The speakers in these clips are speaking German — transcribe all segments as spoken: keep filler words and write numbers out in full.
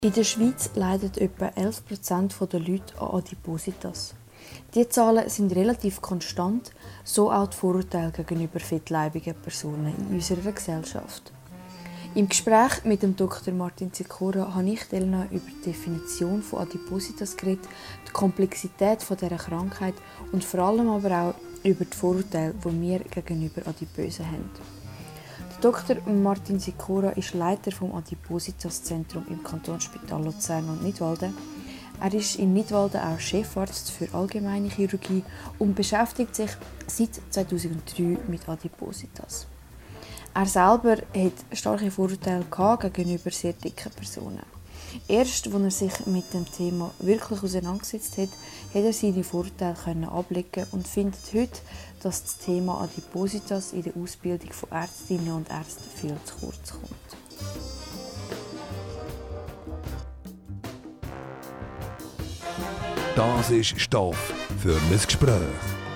In der Schweiz leiden etwa elf Prozent der Leute an Adipositas. Diese Zahlen sind relativ konstant, so auch die Vorurteile gegenüber fettleibigen Personen in unserer Gesellschaft. Im Gespräch mit dem Doktor Martin Sikora habe ich Elena über die Definition von Adipositas geredet, die Komplexität dieser Krankheit und vor allem aber auch über die Vorurteile, die wir gegenüber Adipösen haben. Doktor Martin Sikora ist Leiter des Adipositas-Zentrums im Kantonsspital Luzern und Nidwalden. Er ist in Nidwalden auch Chefarzt für allgemeine Chirurgie und beschäftigt sich seit zweitausenddrei mit Adipositas. Er selber hat starke Vorurteile gegenüber sehr dicken Personen. Erst als er sich mit dem Thema wirklich auseinandergesetzt hat, hat er seine Vorurteile ablegen und findet heute, dass das Thema Adipositas in der Ausbildung von Ärztinnen und Ärzten viel zu kurz kommt. Das ist Stoff für ein Gespräch.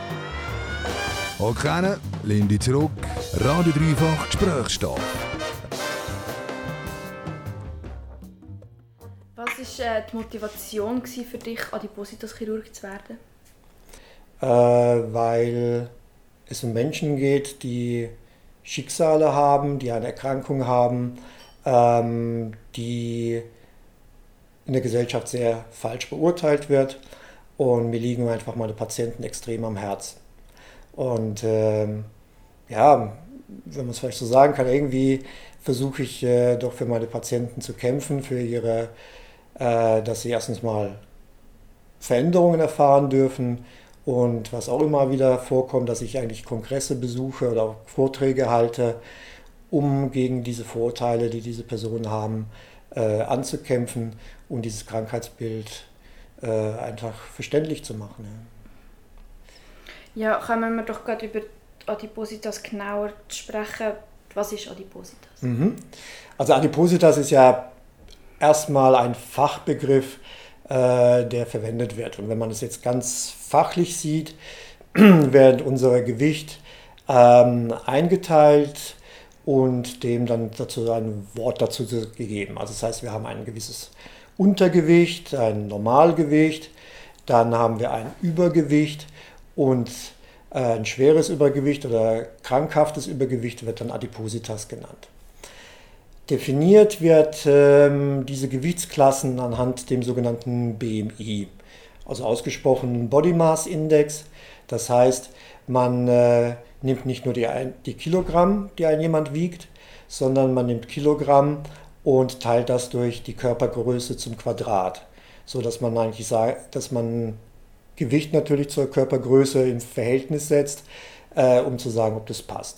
Okay, lehn dich zurück. Radio Dreifach Gesprächsstoff. Was war äh, die Motivation für dich, Adipositas-Chirurg zu werden? Äh, weil es um Menschen geht, die Schicksale haben, die eine Erkrankung haben, ähm, die in der Gesellschaft sehr falsch beurteilt wird. Und mir liegen einfach meine Patienten extrem am Herzen. Und ähm, ja, wenn man es vielleicht so sagen kann, irgendwie versuche ich äh, doch für meine Patienten zu kämpfen, für ihre, äh, dass sie erstens mal Veränderungen erfahren dürfen und was auch immer wieder vorkommt, dass ich eigentlich Kongresse besuche oder auch Vorträge halte, um gegen diese Vorurteile, die diese Personen haben, äh, anzukämpfen und dieses Krankheitsbild äh, einfach verständlich zu machen. Ja, kommen wir doch gerade über Adipositas genauer sprechen. Was ist Adipositas? Mhm. Also Adipositas ist ja erstmal ein Fachbegriff, äh, der verwendet wird. Und wenn man es jetzt ganz fachlich sieht, wird unser Gewicht ähm, eingeteilt und dem dann dazu ein Wort dazu gegeben. Also das heißt, wir haben ein gewisses Untergewicht, ein Normalgewicht, dann haben wir ein Übergewicht und äh, ein schweres Übergewicht oder krankhaftes Übergewicht wird dann Adipositas genannt. Definiert wird ähm, diese Gewichtsklassen anhand dem sogenannten B M I, also ausgesprochen Body Mass Index. Das heißt, man äh, nimmt nicht nur die, die Kilogramm, die ein jemand wiegt, sondern man nimmt Kilogramm und teilt das durch die Körpergröße zum Quadrat, so dass man eigentlich sagt, dass man Gewicht natürlich zur Körpergröße in Verhältnis setzt, äh, um zu sagen, ob das passt.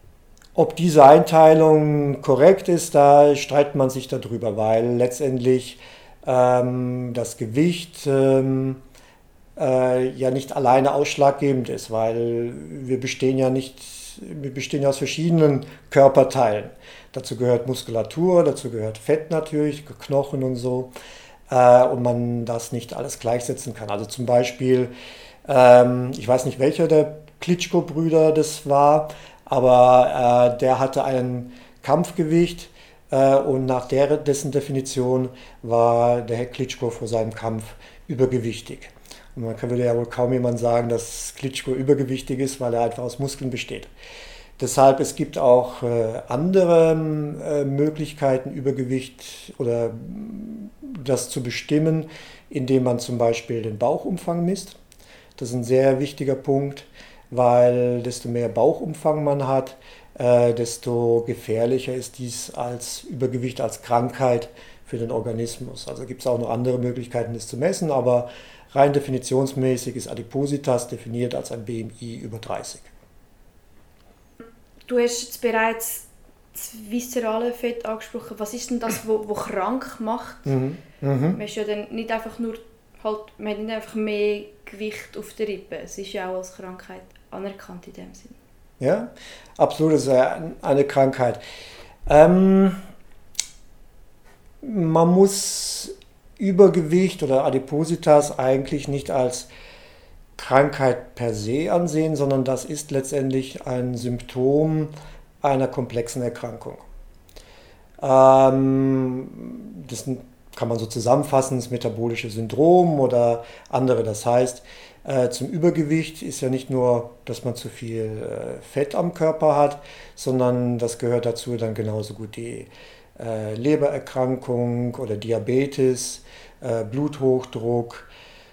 Ob diese Einteilung korrekt ist, da streitet man sich darüber, weil letztendlich ähm, das Gewicht ähm, äh, ja nicht alleine ausschlaggebend ist, weil wir bestehen ja nicht, wir bestehen ja aus verschiedenen Körperteilen. Dazu gehört Muskulatur, dazu gehört Fett natürlich, Knochen und so. Und man das nicht alles gleichsetzen kann. Also zum Beispiel, ähm, ich weiß nicht, welcher der Klitschko-Brüder das war, aber äh, der hatte ein Kampfgewicht äh, und nach der, dessen Definition war der Herr Klitschko vor seinem Kampf übergewichtig. Und man kann, würde ja wohl kaum jemand sagen, dass Klitschko übergewichtig ist, weil er einfach aus Muskeln besteht. Deshalb, es gibt auch äh, andere äh, Möglichkeiten, Übergewicht oder das zu bestimmen, indem man zum Beispiel den Bauchumfang misst. Das ist ein sehr wichtiger Punkt, weil desto mehr Bauchumfang man hat, äh, desto gefährlicher ist dies als Übergewicht, als Krankheit für den Organismus. Also gibt es auch noch andere Möglichkeiten, das zu messen, aber rein definitionsmäßig ist Adipositas definiert als ein B M I über dreißig. Du hast jetzt bereits das viszerale Fett angesprochen. Was ist denn das, was, was krank macht? Mhm. Mhm. Man ist ja dann nicht einfach nur, halt, man hat nicht einfach mehr Gewicht auf der Rippe. Es ist ja auch als Krankheit anerkannt in dem Sinne. Ja, absolut, es ist eine Krankheit. Ähm, man muss Übergewicht oder Adipositas eigentlich nicht als Krankheit per se ansehen, sondern das ist letztendlich ein Symptom einer komplexen Erkrankung. Ähm, das kann man so zusammenfassen, das metabolische Syndrom oder andere. Das heißt, äh, zum Übergewicht ist ja nicht nur, dass man zu viel äh, Fett am Körper hat, sondern das gehört dazu dann genauso gut die äh, Lebererkrankung oder Diabetes, äh, Bluthochdruck,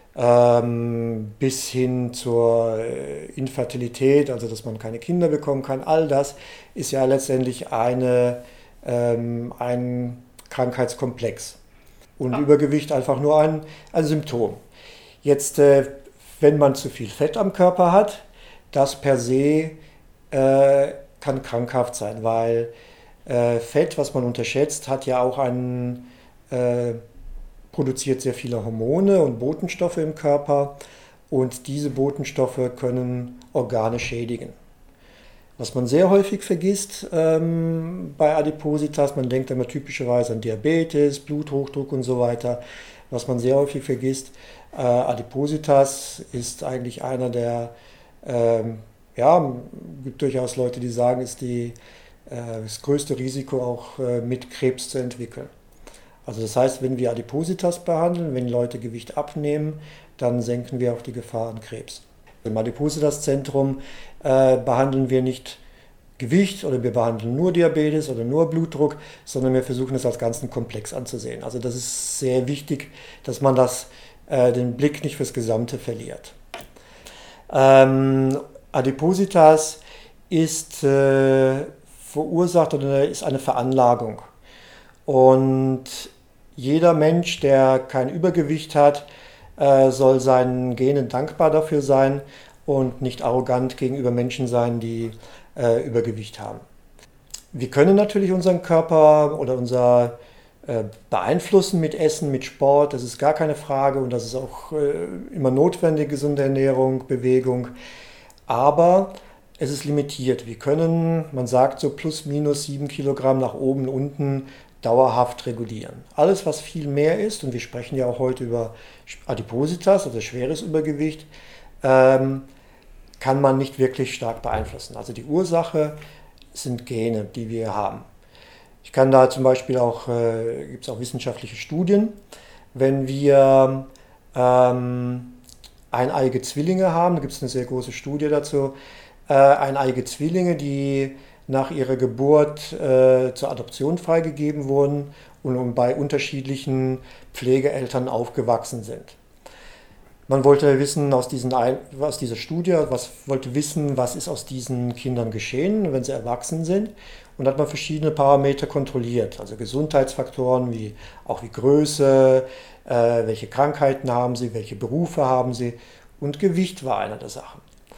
ähm, bis hin zur äh, Infertilität, also dass man keine Kinder bekommen kann. All das ist ja letztendlich eine, ähm, ein Krankheitskomplex. Und Ah. Übergewicht einfach nur ein, ein Symptom. Jetzt, äh, wenn man zu viel Fett am Körper hat, das per se äh, kann krankhaft sein, weil äh, Fett, was man unterschätzt, hat ja auch einen, äh, produziert sehr viele Hormone und Botenstoffe im Körper und diese Botenstoffe können Organe schädigen. Was man sehr häufig vergisst ähm, bei Adipositas, man denkt immer typischerweise an Diabetes, Bluthochdruck und so weiter. Was man sehr häufig vergisst, äh, Adipositas ist eigentlich einer der, ähm, ja, gibt durchaus Leute, die sagen, ist die, äh, das größte Risiko auch äh, mit Krebs zu entwickeln. Also das heißt, wenn wir Adipositas behandeln, wenn Leute Gewicht abnehmen, dann senken wir auch die Gefahr an Krebs. Im Adipositas-Zentrum äh, behandeln wir nicht Gewicht oder wir behandeln nur Diabetes oder nur Blutdruck, sondern wir versuchen es als ganzen Komplex anzusehen. Also das ist sehr wichtig, dass man das, äh, den Blick nicht fürs Gesamte verliert. Ähm, Adipositas ist äh, verursacht oder ist eine Veranlagung. Und jeder Mensch, der kein Übergewicht hat, soll seinen Genen dankbar dafür sein und nicht arrogant gegenüber Menschen sein, die äh, Übergewicht haben. Wir können natürlich unseren Körper oder unser äh, beeinflussen mit Essen, mit Sport, das ist gar keine Frage und das ist auch äh, immer notwendig, gesunde Ernährung, Bewegung, aber es ist limitiert. Wir können, man sagt so plus minus sieben Kilogramm nach oben, unten, dauerhaft regulieren. Alles, was viel mehr ist, und wir sprechen ja auch heute über Adipositas, also schweres Übergewicht, ähm, kann man nicht wirklich stark beeinflussen. Also die Ursache sind Gene, die wir haben. Ich kann da zum Beispiel auch, äh, gibt es auch wissenschaftliche Studien, wenn wir ähm, eineige Zwillinge haben, da gibt es eine sehr große Studie dazu, äh, eineige Zwillinge, die nach ihrer Geburt äh, zur Adoption freigegeben wurden und bei unterschiedlichen Pflegeeltern aufgewachsen sind. Man wollte wissen aus, diesen, aus dieser Studie, was wollte wissen, was ist aus diesen Kindern geschehen, wenn sie erwachsen sind. Und hat man verschiedene Parameter kontrolliert, also Gesundheitsfaktoren wie auch wie Größe, äh, welche Krankheiten haben sie, welche Berufe haben sie und Gewicht war einer der Sachen.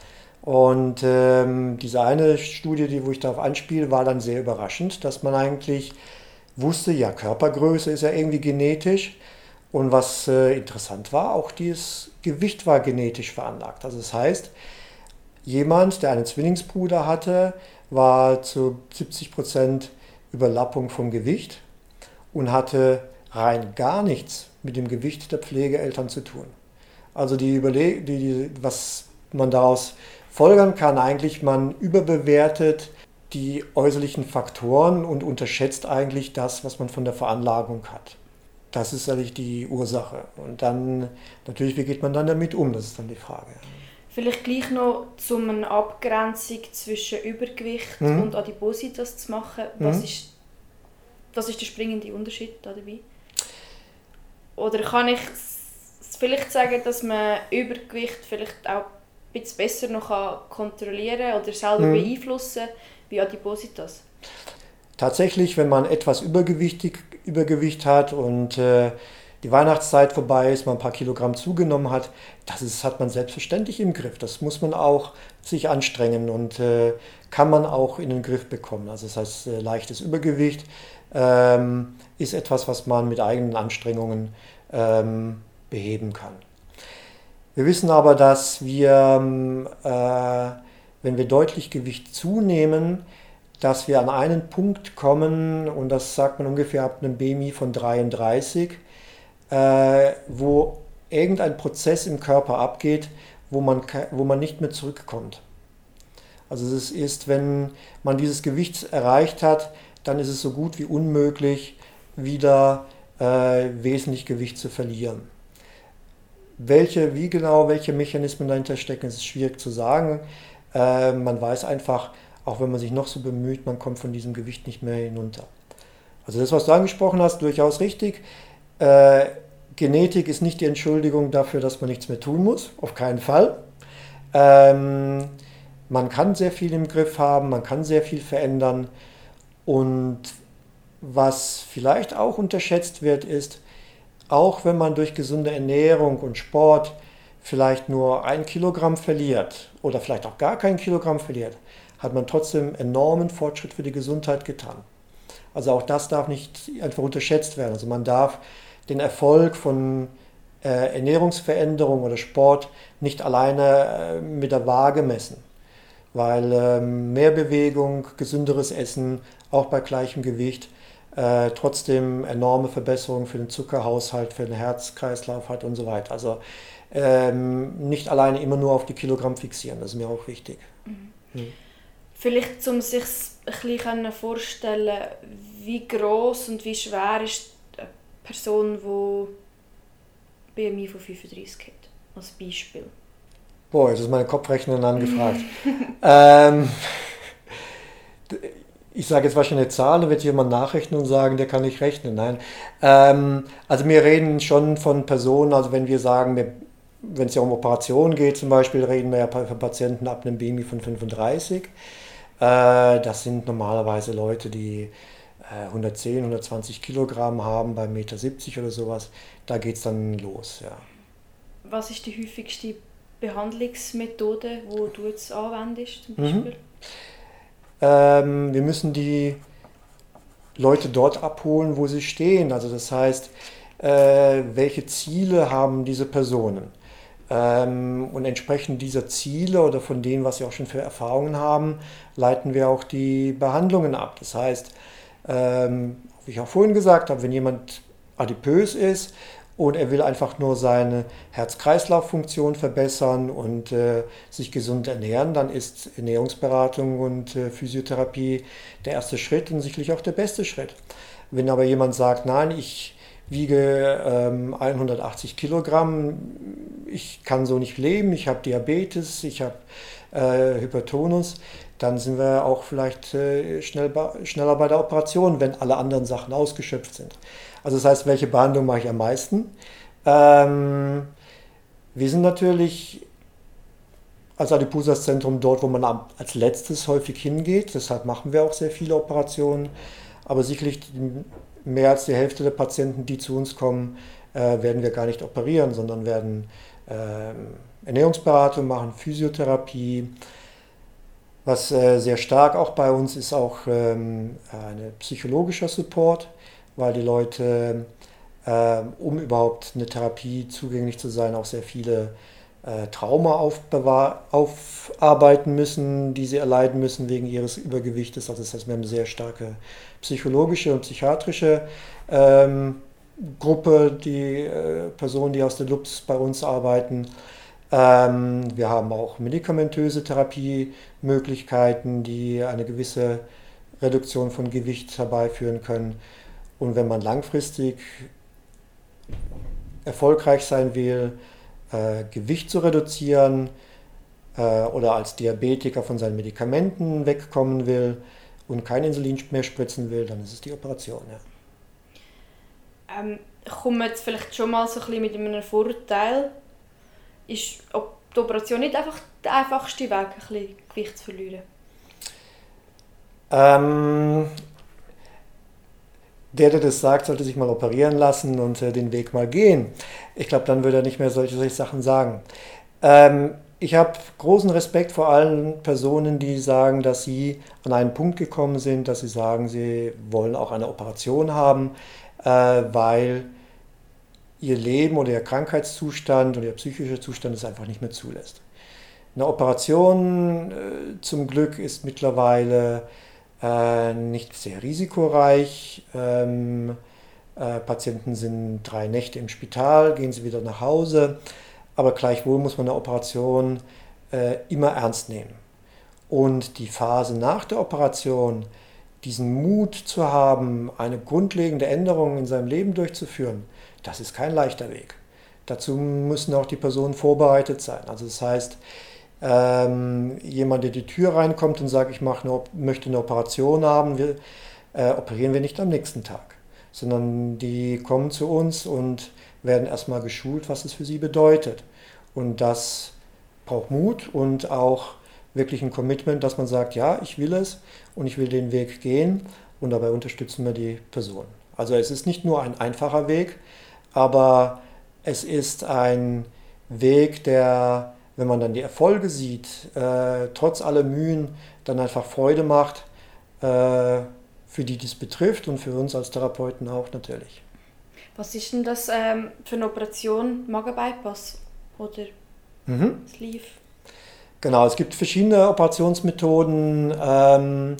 Und ähm, diese eine Studie, die, wo ich darauf anspiele, war dann sehr überraschend, dass man eigentlich wusste, ja, Körpergröße ist ja irgendwie genetisch. Und was äh, interessant war, auch dieses Gewicht war genetisch veranlagt. Also das heißt, jemand, der einen Zwillingsbruder hatte, war zu siebzig Prozent Überlappung vom Gewicht und hatte rein gar nichts mit dem Gewicht der Pflegeeltern zu tun. Also die Überle- die, die, was man daraus folgern kann, eigentlich, man überbewertet die äußerlichen Faktoren und unterschätzt eigentlich das, was man von der Veranlagung hat. Das ist eigentlich die Ursache. Und dann, natürlich, wie geht man dann damit um? Das ist dann die Frage. Vielleicht gleich noch, um eine Abgrenzung zwischen Übergewicht mhm. und Adipositas zu machen. Was, mhm. ist, was ist der springende Unterschied dabei? Oder kann ich vielleicht sagen, dass man Übergewicht vielleicht auch ein bisschen besser noch kontrollieren oder selber mhm. beeinflussen wie Adipositas? Tatsächlich, wenn man etwas Übergewichtig, Übergewicht hat und äh, die Weihnachtszeit vorbei ist, man ein paar Kilogramm zugenommen hat, das ist, hat man selbstverständlich im Griff. Das muss man auch sich anstrengen und äh, kann man auch in den Griff bekommen. Also das heißt, äh, leichtes Übergewicht ähm, ist etwas, was man mit eigenen Anstrengungen ähm, beheben kann. Wir wissen aber, dass wir, äh, wenn wir deutlich Gewicht zunehmen, dass wir an einen Punkt kommen, und das sagt man ungefähr ab einem B M I von dreiunddreißig, äh, wo irgendein Prozess im Körper abgeht, wo man, wo man nicht mehr zurückkommt. Also es ist, wenn man dieses Gewicht erreicht hat, dann ist es so gut wie unmöglich, wieder äh, äh, wesentlich Gewicht zu verlieren. Welche, wie genau, welche Mechanismen dahinter stecken, ist schwierig zu sagen. Äh, man weiß einfach, auch wenn man sich noch so bemüht, man kommt von diesem Gewicht nicht mehr hinunter. Also das, was du angesprochen hast, durchaus richtig. Äh, Genetik ist nicht die Entschuldigung dafür, dass man nichts mehr tun muss, auf keinen Fall. Ähm, man kann sehr viel im Griff haben, man kann sehr viel verändern. Und was vielleicht auch unterschätzt wird, ist, auch wenn man durch gesunde Ernährung und Sport vielleicht nur ein Kilogramm verliert oder vielleicht auch gar kein Kilogramm verliert, hat man trotzdem enormen Fortschritt für die Gesundheit getan. Also auch das darf nicht einfach unterschätzt werden. Also man darf den Erfolg von äh, Ernährungsveränderung oder Sport nicht alleine äh, mit der Waage messen. Weil äh, mehr Bewegung, gesünderes Essen, auch bei gleichem Gewicht, äh, trotzdem enorme Verbesserungen für den Zuckerhaushalt, für den Herzkreislauf hat und so weiter. Also ähm, nicht alleine immer nur auf die Kilogramm fixieren, das ist mir auch wichtig. Mhm. Mhm. Vielleicht, um sich ein bisschen vorstellen, wie gross und wie schwer ist eine Person, die B M I von fünfunddreißig hat, als Beispiel. Boah, jetzt ist meine Kopfrechnerin angefragt. ähm, ich sage jetzt wahrscheinlich eine Zahl, dann wird jemand nachrechnen und sagen, der kann nicht rechnen. Nein. Ähm, also wir reden schon von Personen, also wenn wir sagen, wir, wenn es ja um Operationen geht zum Beispiel, reden wir ja für Patienten ab einem B M I von fünfunddreißig. Äh, das sind normalerweise Leute, die äh, hundertzehn, hundertzwanzig Kilogramm haben, bei eins Komma siebzig Meter oder sowas. Da geht es dann los, ja. Was ist die häufigste Behandlungsmethode, die du jetzt anwendest, zum Beispiel? Mhm. Ähm, wir müssen die Leute dort abholen, wo sie stehen. Also das heißt, äh, welche Ziele haben diese Personen? Ähm, und entsprechend dieser Ziele oder von dem, was sie auch schon für Erfahrungen haben, leiten wir auch die Behandlungen ab. Das heißt, ähm, wie ich auch vorhin gesagt habe, wenn jemand adipös ist und er will einfach nur seine Herz-Kreislauf-Funktion verbessern und äh, sich gesund ernähren, dann ist Ernährungsberatung und äh, Physiotherapie der erste Schritt und sicherlich auch der beste Schritt. Wenn aber jemand sagt, nein, ich wiege ähm, hundertachtzig Kilogramm, ich kann so nicht leben, ich habe Diabetes, ich habe äh, Hypertonus, dann sind wir auch vielleicht äh, schnell ba- schneller bei der Operation, wenn alle anderen Sachen ausgeschöpft sind. Also das heißt, welche Behandlung mache ich am meisten? Ähm, wir sind natürlich als Adipositas-Zentrum dort, wo man als letztes häufig hingeht, deshalb machen wir auch sehr viele Operationen, aber sicherlich mehr als die Hälfte der Patienten, die zu uns kommen, äh, werden wir gar nicht operieren, sondern werden äh, Ernährungsberatung machen, Physiotherapie. Was äh, sehr stark auch bei uns ist, auch ähm, ein psychologischer Support, weil die Leute, äh, um überhaupt eine Therapie zugänglich zu sein, auch sehr viele äh, Trauma aufbewahr- aufarbeiten müssen, die sie erleiden müssen wegen ihres Übergewichtes. Also das heißt, wir haben eine sehr starke psychologische und psychiatrische ähm, Gruppe, die äh, Personen, die aus der L U P S bei uns arbeiten. Ähm, wir haben auch medikamentöse Therapiemöglichkeiten, die eine gewisse Reduktion von Gewicht herbeiführen können. Und wenn man langfristig erfolgreich sein will, äh, Gewicht zu reduzieren äh, oder als Diabetiker von seinen Medikamenten wegkommen will und kein Insulin mehr spritzen will, dann ist es die Operation. Ja. Ähm, kommen wir jetzt vielleicht schon mal so ein bisschen mit einem Vorurteil. Ist die Operation nicht einfach der einfachste Weg, ein bisschen Gewicht zu verlieren? Ähm, der, der das sagt, sollte sich mal operieren lassen und äh, den Weg mal gehen. Ich glaube, dann würde er nicht mehr solche, solche Sachen sagen. Ähm, ich habe großen Respekt vor allen Personen, die sagen, dass sie an einen Punkt gekommen sind, dass sie sagen, sie wollen auch eine Operation haben, äh, weil ihr Leben oder ihr Krankheitszustand oder ihr psychischer Zustand es einfach nicht mehr zulässt. Eine Operation äh, zum Glück ist mittlerweile äh, nicht sehr risikoreich. Ähm, äh, Patienten sind drei Nächte im Spital, gehen sie wieder nach Hause, aber gleichwohl muss man eine Operation äh, immer ernst nehmen. Und die Phase nach der Operation, diesen Mut zu haben, eine grundlegende Änderung in seinem Leben durchzuführen, das ist kein leichter Weg. Dazu müssen auch die Personen vorbereitet sein. Also das heißt, ähm, jemand, der die Tür reinkommt und sagt, ich mache eine, möchte eine Operation haben, wir, äh, operieren wir nicht am nächsten Tag, sondern die kommen zu uns und werden erstmal geschult, was es für sie bedeutet. Und das braucht Mut und auch wirklich ein Commitment, dass man sagt, ja, ich will es und ich will den Weg gehen und dabei unterstützen wir die Person. Also es ist nicht nur ein einfacher Weg, aber es ist ein Weg, der, wenn man dann die Erfolge sieht, äh, trotz aller Mühen dann einfach Freude macht, äh, für die dies betrifft und für uns als Therapeuten auch natürlich. Was ist denn das ähm, für eine Operation, Magenbypass oder Mhm. Sleeve? Genau, es gibt verschiedene Operationsmethoden. Ähm,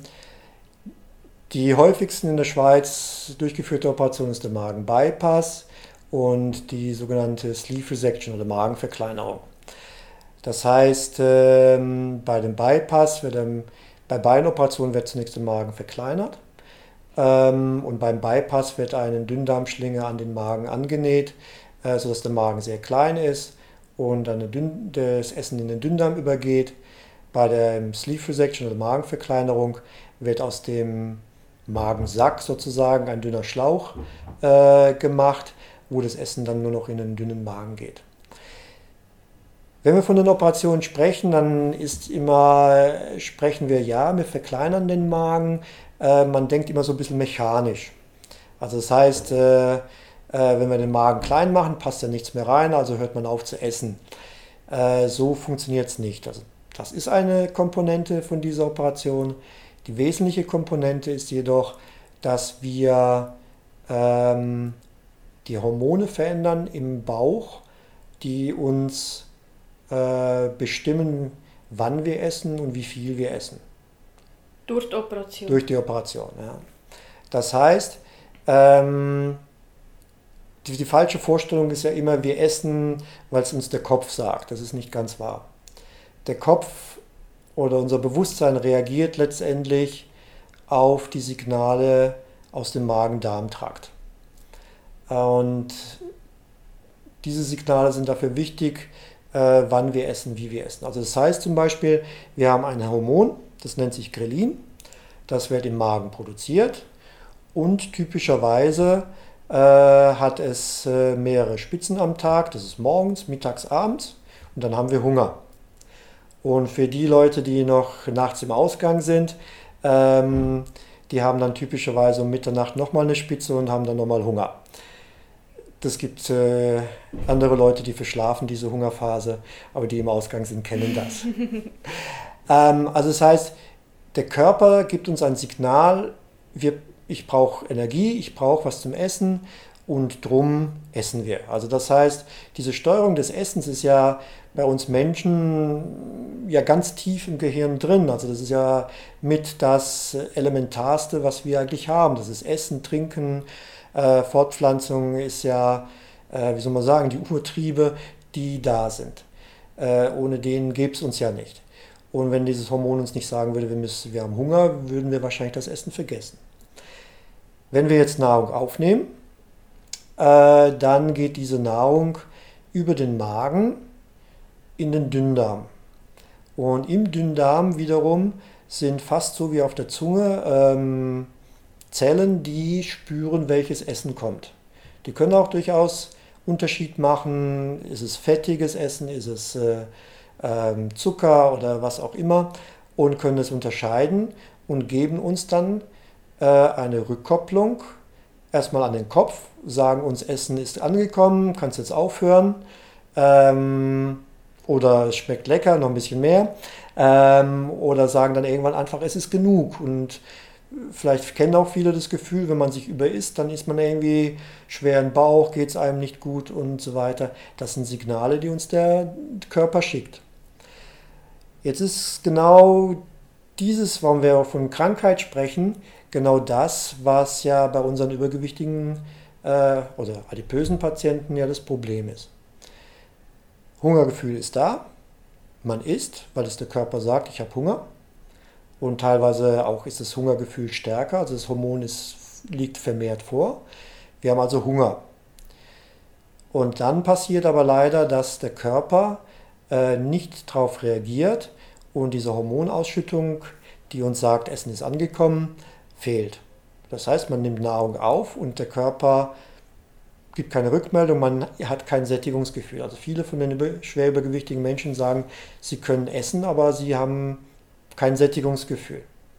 die häufigsten in der Schweiz durchgeführte Operation ist der Magenbypass und die sogenannte Sleeve Resection oder Magenverkleinerung. Das heißt, ähm, bei dem Bypass, wird ähm, bei beiden Operationen wird zunächst der Magen verkleinert ähm, und beim Bypass wird eine Dünndarmschlinge an den Magen angenäht, äh, sodass der Magen sehr klein ist und dann Dünn, das Essen in den Dünndarm übergeht. Bei der Sleeve Resection oder Magenverkleinerung wird aus dem Magensack sozusagen ein dünner Schlauch äh, gemacht, wo das Essen dann nur noch in den dünnen Magen geht. Wenn wir von den Operationen sprechen, dann ist immer, sprechen wir ja, wir verkleinern den Magen. Äh, man denkt immer so ein bisschen mechanisch. Also das heißt, äh, wenn wir den Magen klein machen, passt ja nichts mehr rein, also hört man auf zu essen. Äh, so funktioniert es nicht. Also das ist eine Komponente von dieser Operation. Die wesentliche Komponente ist jedoch, dass wir ähm, die Hormone verändern im Bauch, die uns äh, bestimmen, wann wir essen und wie viel wir essen. Durch die Operation? Durch die Operation, ja. Das heißt, ähm, Die, die falsche Vorstellung ist ja immer, wir essen, weil es uns der Kopf sagt. Das ist nicht ganz wahr. Der Kopf oder unser Bewusstsein reagiert letztendlich auf die Signale aus dem Magen-Darm-Trakt. Und diese Signale sind dafür wichtig, äh, wann wir essen, wie wir essen. Also das heißt zum Beispiel, wir haben ein Hormon, das nennt sich Grelin. Das wird im Magen produziert und typischerweise Äh, hat es äh, mehrere Spitzen am Tag, das ist morgens, mittags, abends und dann haben wir Hunger. Und für die Leute, die noch nachts im Ausgang sind, ähm, die haben dann typischerweise um Mitternacht nochmal eine Spitze und haben dann nochmal Hunger. Das gibt äh, andere Leute, die verschlafen diese Hungerphase, aber die im Ausgang sind, kennen das. ähm, also das heißt, der Körper gibt uns ein Signal, wir ich brauche Energie, ich brauche was zum Essen und drum essen wir. Also das heißt, diese Steuerung des Essens ist ja bei uns Menschen ja ganz tief im Gehirn drin. Also das ist ja mit das Elementarste, was wir eigentlich haben. Das ist Essen, Trinken, äh, Fortpflanzung ist ja, äh, wie soll man sagen, die Urtriebe, die da sind. Äh, ohne denen gäbe es uns ja nicht. Und wenn dieses Hormon uns nicht sagen würde, wir, müssen, wir haben Hunger, würden wir wahrscheinlich das Essen vergessen. Wenn wir jetzt Nahrung aufnehmen, äh, dann geht diese Nahrung über den Magen in den Dünndarm. Und im Dünndarm wiederum sind fast so wie auf der Zunge ähm, Zellen, die spüren, welches Essen kommt. Die können auch durchaus Unterschied machen, ist es fettiges Essen, ist es äh, äh, Zucker oder was auch immer, und können es unterscheiden und geben uns dann eine Rückkopplung, erstmal an den Kopf, sagen uns, Essen ist angekommen, kannst jetzt aufhören, ähm, oder es schmeckt lecker, noch ein bisschen mehr, ähm, oder sagen dann irgendwann einfach, es ist genug. Und vielleicht kennen auch viele das Gefühl, wenn man sich überisst, dann ist man irgendwie schwer im Bauch, geht es einem nicht gut und so weiter. Das sind Signale, die uns der Körper schickt. Jetzt ist genau dieses, warum wir auch von Krankheit sprechen, genau das, was ja bei unseren übergewichtigen äh, oder adipösen Patienten ja das Problem ist. Hungergefühl ist da, man isst, weil es der Körper sagt, ich habe Hunger, und teilweise auch ist das Hungergefühl stärker, also das Hormon ist, liegt vermehrt vor. Wir haben also Hunger. Und dann passiert aber leider, dass der Körper äh, nicht darauf reagiert und diese Hormonausschüttung, die uns sagt, Essen ist angekommen, fehlt. Das heißt, man nimmt Nahrung auf und der Körper gibt keine Rückmeldung, man hat kein Sättigungsgefühl. Also viele von den schwer übergewichtigen Menschen sagen, sie können essen, aber sie haben kein Sättigungsgefühl.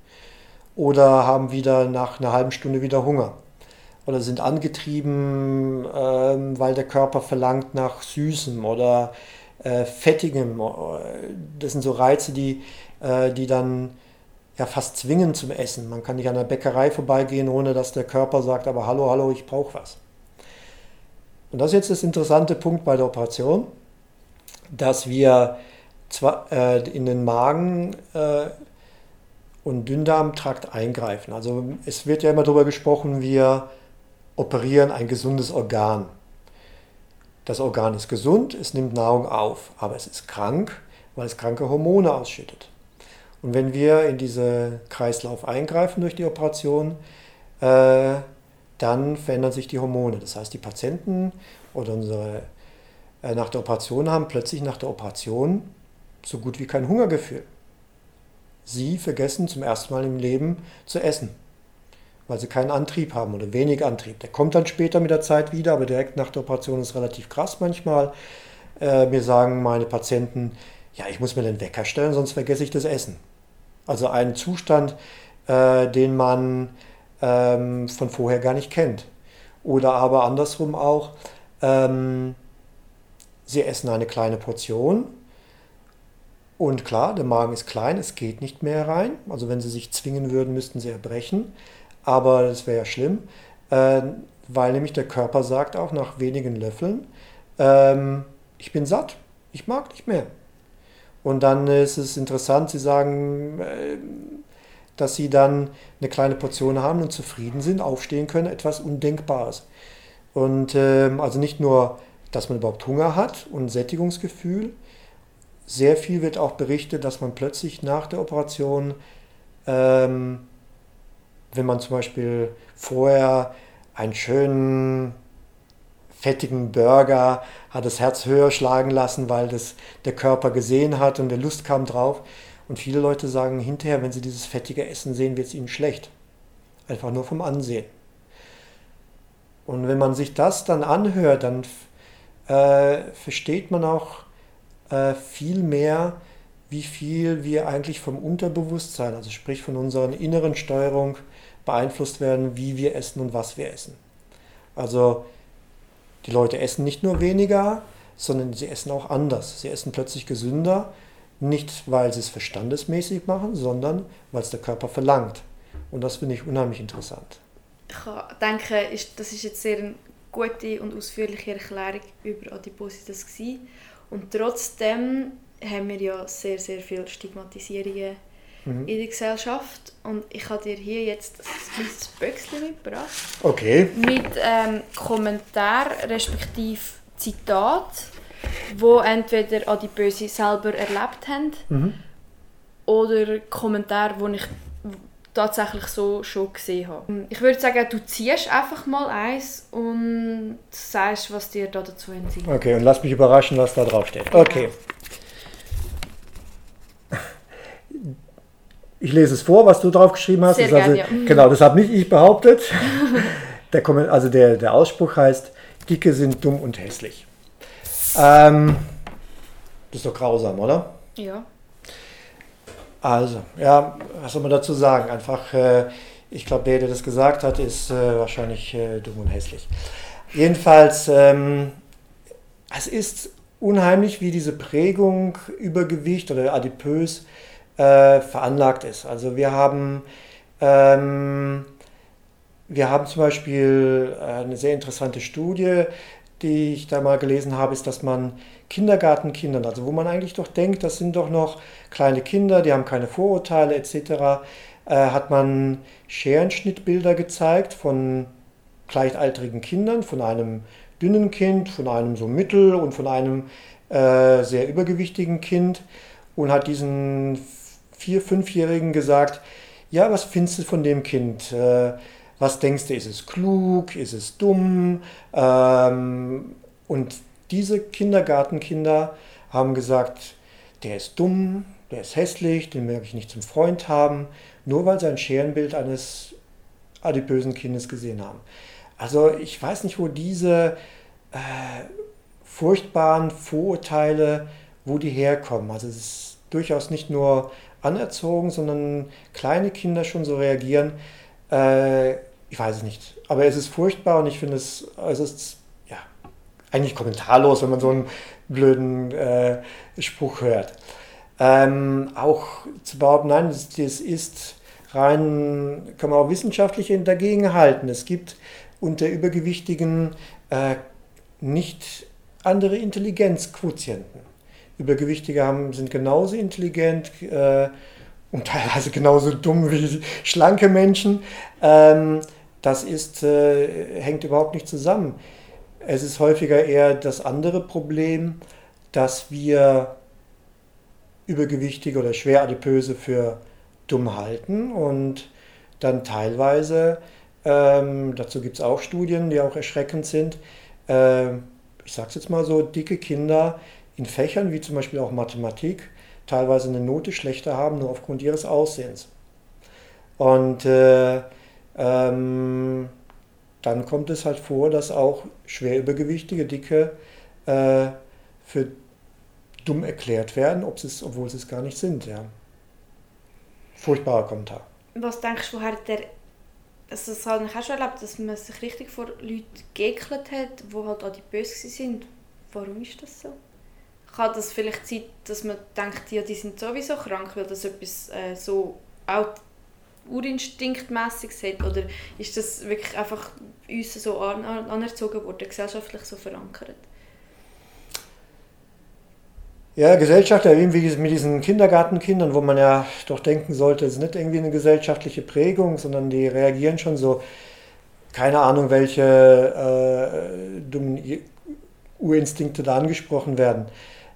Oder haben wieder nach einer halben Stunde wieder Hunger. Oder sind angetrieben, ähm, weil der Körper verlangt nach Süßem oder äh, Fettigem. Das sind so Reize, die, äh, die dann ja fast zwingen zum Essen. Man kann nicht an der Bäckerei vorbeigehen, ohne dass der Körper sagt, aber hallo, hallo, ich brauche was. Und das ist jetzt das interessante Punkt bei der Operation, dass wir zwar äh, in den Magen äh, und Dünndarmtrakt eingreifen. Also es wird ja immer darüber gesprochen, wir operieren ein gesundes Organ. Das Organ ist gesund, es nimmt Nahrung auf, aber es ist krank, weil es kranke Hormone ausschüttet. Und wenn wir in diesen Kreislauf eingreifen durch die Operation, äh, dann verändern sich die Hormone. Das heißt, die Patienten oder unsere äh, nach der Operation haben plötzlich nach der Operation so gut wie kein Hungergefühl. Sie vergessen zum ersten Mal im Leben zu essen, weil sie keinen Antrieb haben oder wenig Antrieb. Der kommt dann später mit der Zeit wieder, aber direkt nach der Operation ist es relativ krass manchmal. Äh, mir sagen meine Patienten, ja, ich muss mir den Wecker stellen, sonst vergesse ich das Essen. Also ein Zustand, äh, den man ähm, von vorher gar nicht kennt. Oder aber andersrum auch, ähm, sie essen eine kleine Portion und klar, der Magen ist klein, es geht nicht mehr rein. Also wenn sie sich zwingen würden, müssten sie erbrechen. Aber das wäre ja schlimm, äh, weil nämlich der Körper sagt auch nach wenigen Löffeln, ähm, ich bin satt, ich mag nicht mehr. Und dann ist es interessant, sie sagen, äh, dass sie dann eine kleine Portion haben und zufrieden sind, aufstehen können, etwas Undenkbares. Und äh, also nicht nur, dass man überhaupt Hunger hat und ein Sättigungsgefühl, sehr viel wird auch berichtet, dass man plötzlich nach der Operation, ähm, wenn man zum Beispiel vorher einen schönen fettigen Burger hat das Herz höher schlagen lassen, weil das der Körper gesehen hat und der Lust kam drauf. Und viele Leute sagen hinterher, wenn sie dieses fettige Essen sehen, wird es ihnen schlecht. Einfach nur vom Ansehen. Und wenn man sich das dann anhört, dann äh, versteht man auch äh, viel mehr, wie viel wir eigentlich vom Unterbewusstsein, also sprich von unserer inneren Steuerung, beeinflusst werden, wie wir essen und was wir essen. Also die Leute essen nicht nur weniger, sondern sie essen auch anders. Sie essen plötzlich gesünder, nicht weil sie es verstandesmäßig machen, sondern weil es der Körper verlangt. Und das finde ich unheimlich interessant. Ich denke, das ist jetzt sehr eine gute und ausführliche Erklärung über Adipositas gewesen. Und trotzdem haben wir ja sehr, sehr viele Stigmatisierungen mhm. in der Gesellschaft. Und ich habe dir hier jetzt ein kleines Büchschen mitgebracht. Okay. Mit ähm, Kommentar respektive Zitat, wo entweder Adipöse selber erlebt haben mhm. oder Kommentare, die ich tatsächlich so schon gesehen habe. Ich würde sagen, du ziehst einfach mal eins und sagst, was dir da dazu entzieht. Okay, und lass mich überraschen, was da drauf steht. Okay. Ich lese es vor, was du drauf geschrieben hast. Sehr das gern, also, ja. Genau, das habe nicht ich behauptet. der, Komment- also der, der Ausspruch heißt, Dicke sind dumm und hässlich. Ähm, das ist doch grausam, oder? Ja. Also, ja, was soll man dazu sagen? Einfach, äh, ich glaube, der, der das gesagt hat, ist äh, wahrscheinlich äh, dumm und hässlich. Jedenfalls, ähm, es ist unheimlich, wie diese Prägung Übergewicht oder adipös äh, veranlagt ist. Also wir haben, ähm, wir haben zum Beispiel eine sehr interessante Studie, die ich da mal gelesen habe, ist, dass man Kindergartenkindern, also wo man eigentlich doch denkt, das sind doch noch kleine Kinder, die haben keine Vorurteile et cetera, äh, hat man Scherenschnittbilder gezeigt von gleichaltrigen Kindern, von einem dünnen Kind, von einem so mittel und von einem äh, sehr übergewichtigen Kind und hat diesen Vier-, Fünfjährigen gesagt, ja, was findest du von dem Kind? Äh, was denkst du, ist es klug, ist es dumm? Ähm, und diese Kindergartenkinder haben gesagt, der ist dumm, der ist hässlich, den möchte ich nicht zum Freund haben, nur weil sie ein Scherenbild eines adipösen Kindes gesehen haben. Also ich weiß nicht, wo diese äh, furchtbaren Vorurteile, wo die herkommen. Also es ist durchaus nicht nur anerzogen, sondern kleine Kinder schon so reagieren. Äh, ich weiß es nicht. Aber es ist furchtbar und ich finde es äußerst, ja, eigentlich kommentarlos, wenn man so einen blöden äh, Spruch hört. Ähm, auch zu behaupten, nein, das, das ist rein, kann man auch wissenschaftlich dagegen halten. Es gibt unter Übergewichtigen äh, nicht andere Intelligenzquotienten. Übergewichtige haben, sind genauso intelligent äh, und teilweise genauso dumm wie schlanke Menschen. Ähm, das ist, äh, hängt überhaupt nicht zusammen. Es ist häufiger eher das andere Problem, dass wir Übergewichtige oder Schweradipöse für dumm halten und dann teilweise, ähm, dazu gibt es auch Studien, die auch erschreckend sind, äh, ich sage es jetzt mal so, dicke Kinder in Fächern wie zum Beispiel auch Mathematik teilweise eine Note schlechter haben, nur aufgrund ihres Aussehens. Und äh, ähm, dann kommt es halt vor, dass auch schwer übergewichtige, dicke äh, für dumm erklärt werden, ob es, obwohl sie es gar nicht sind. Ja. Furchtbarer Kommentar. Was denkst du, woher der... Also das habe ich auch schon erlebt, dass man sich richtig vor Leuten geekelt hat, die halt adipös waren. Warum ist das so? Kann das vielleicht sein, dass man denkt, ja, die sind sowieso krank, weil das etwas äh, so auch urinstinktmässiges hat? Oder ist das wirklich einfach uns so an, an, anerzogen worden, gesellschaftlich so verankert? Ja, Gesellschaft, wie mit diesen Kindergartenkindern, wo man ja doch denken sollte, es ist nicht irgendwie eine gesellschaftliche Prägung, sondern die reagieren schon so, keine Ahnung, welche äh, dummen Urinstinkte da angesprochen werden.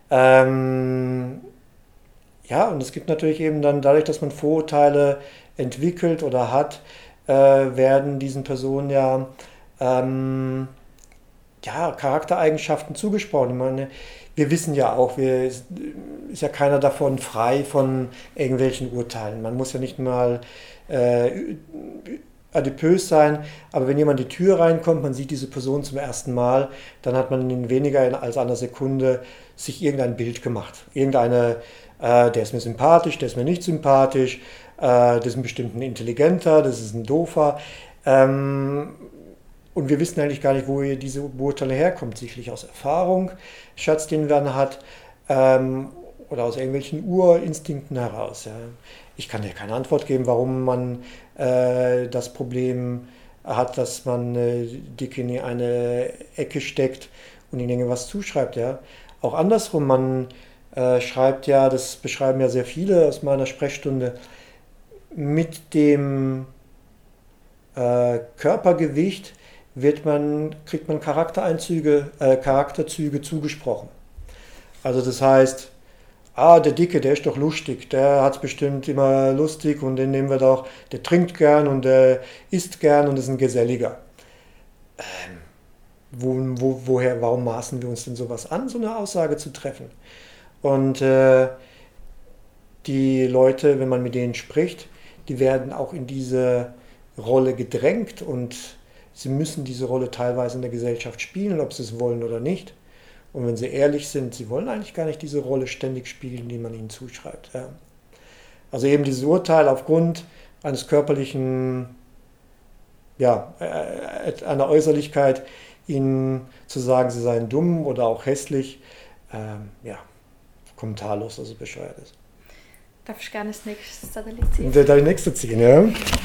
Ähm, ja, und es gibt natürlich eben dann, dadurch, dass man Vorurteile entwickelt oder hat, äh, werden diesen Personen ja, ähm, ja Charaktereigenschaften zugesprochen. Ich meine, wir wissen ja auch, wir, ist ja keiner davon frei von irgendwelchen Urteilen. Man muss ja nicht mal äh, adipös sein, aber wenn jemand in die Tür reinkommt, man sieht diese Person zum ersten Mal, dann hat man in weniger als einer Sekunde sich irgendein Bild gemacht. Irgendeine, äh, der ist mir sympathisch, der ist mir nicht sympathisch, äh, das ist ein bestimmter Intelligenter, das ist ein Doofer. Ähm, Und wir wissen eigentlich gar nicht, wo diese Beurteilung herkommt. Sicherlich aus Erfahrung, Schatz, den man hat, ähm, oder aus irgendwelchen Urinstinkten heraus. Ja. Ich kann dir keine Antwort geben, warum man äh, das Problem hat, dass man äh, dick in eine Ecke steckt und ihnen irgendwas zuschreibt. Ja. Auch andersrum, man äh, schreibt ja, das beschreiben ja sehr viele aus meiner Sprechstunde, mit dem äh, Körpergewicht wird man, kriegt man Charaktereinzüge, äh, Charakterzüge zugesprochen. Also das heißt, ah, der Dicke, der ist doch lustig, der hat es bestimmt immer lustig und den nehmen wir doch, der trinkt gern und der isst gern und ist ein Geselliger. Ähm, wo, wo, woher, warum maßen wir uns denn sowas an, so eine Aussage zu treffen? Und äh, die Leute, wenn man mit denen spricht, die werden auch in diese Rolle gedrängt und sie müssen diese Rolle teilweise in der Gesellschaft spielen, ob sie es wollen oder nicht. Und wenn sie ehrlich sind, sie wollen eigentlich gar nicht diese Rolle ständig spielen, die man ihnen zuschreibt. Ja. Also eben dieses Urteil aufgrund eines körperlichen, ja, einer Äußerlichkeit, ihnen zu sagen, sie seien dumm oder auch hässlich, ähm, ja, kommentarlos, dass es bescheuert ist. Darfst du gerne das nächste Zettel ziehen? Der die nächste ziehen, ja.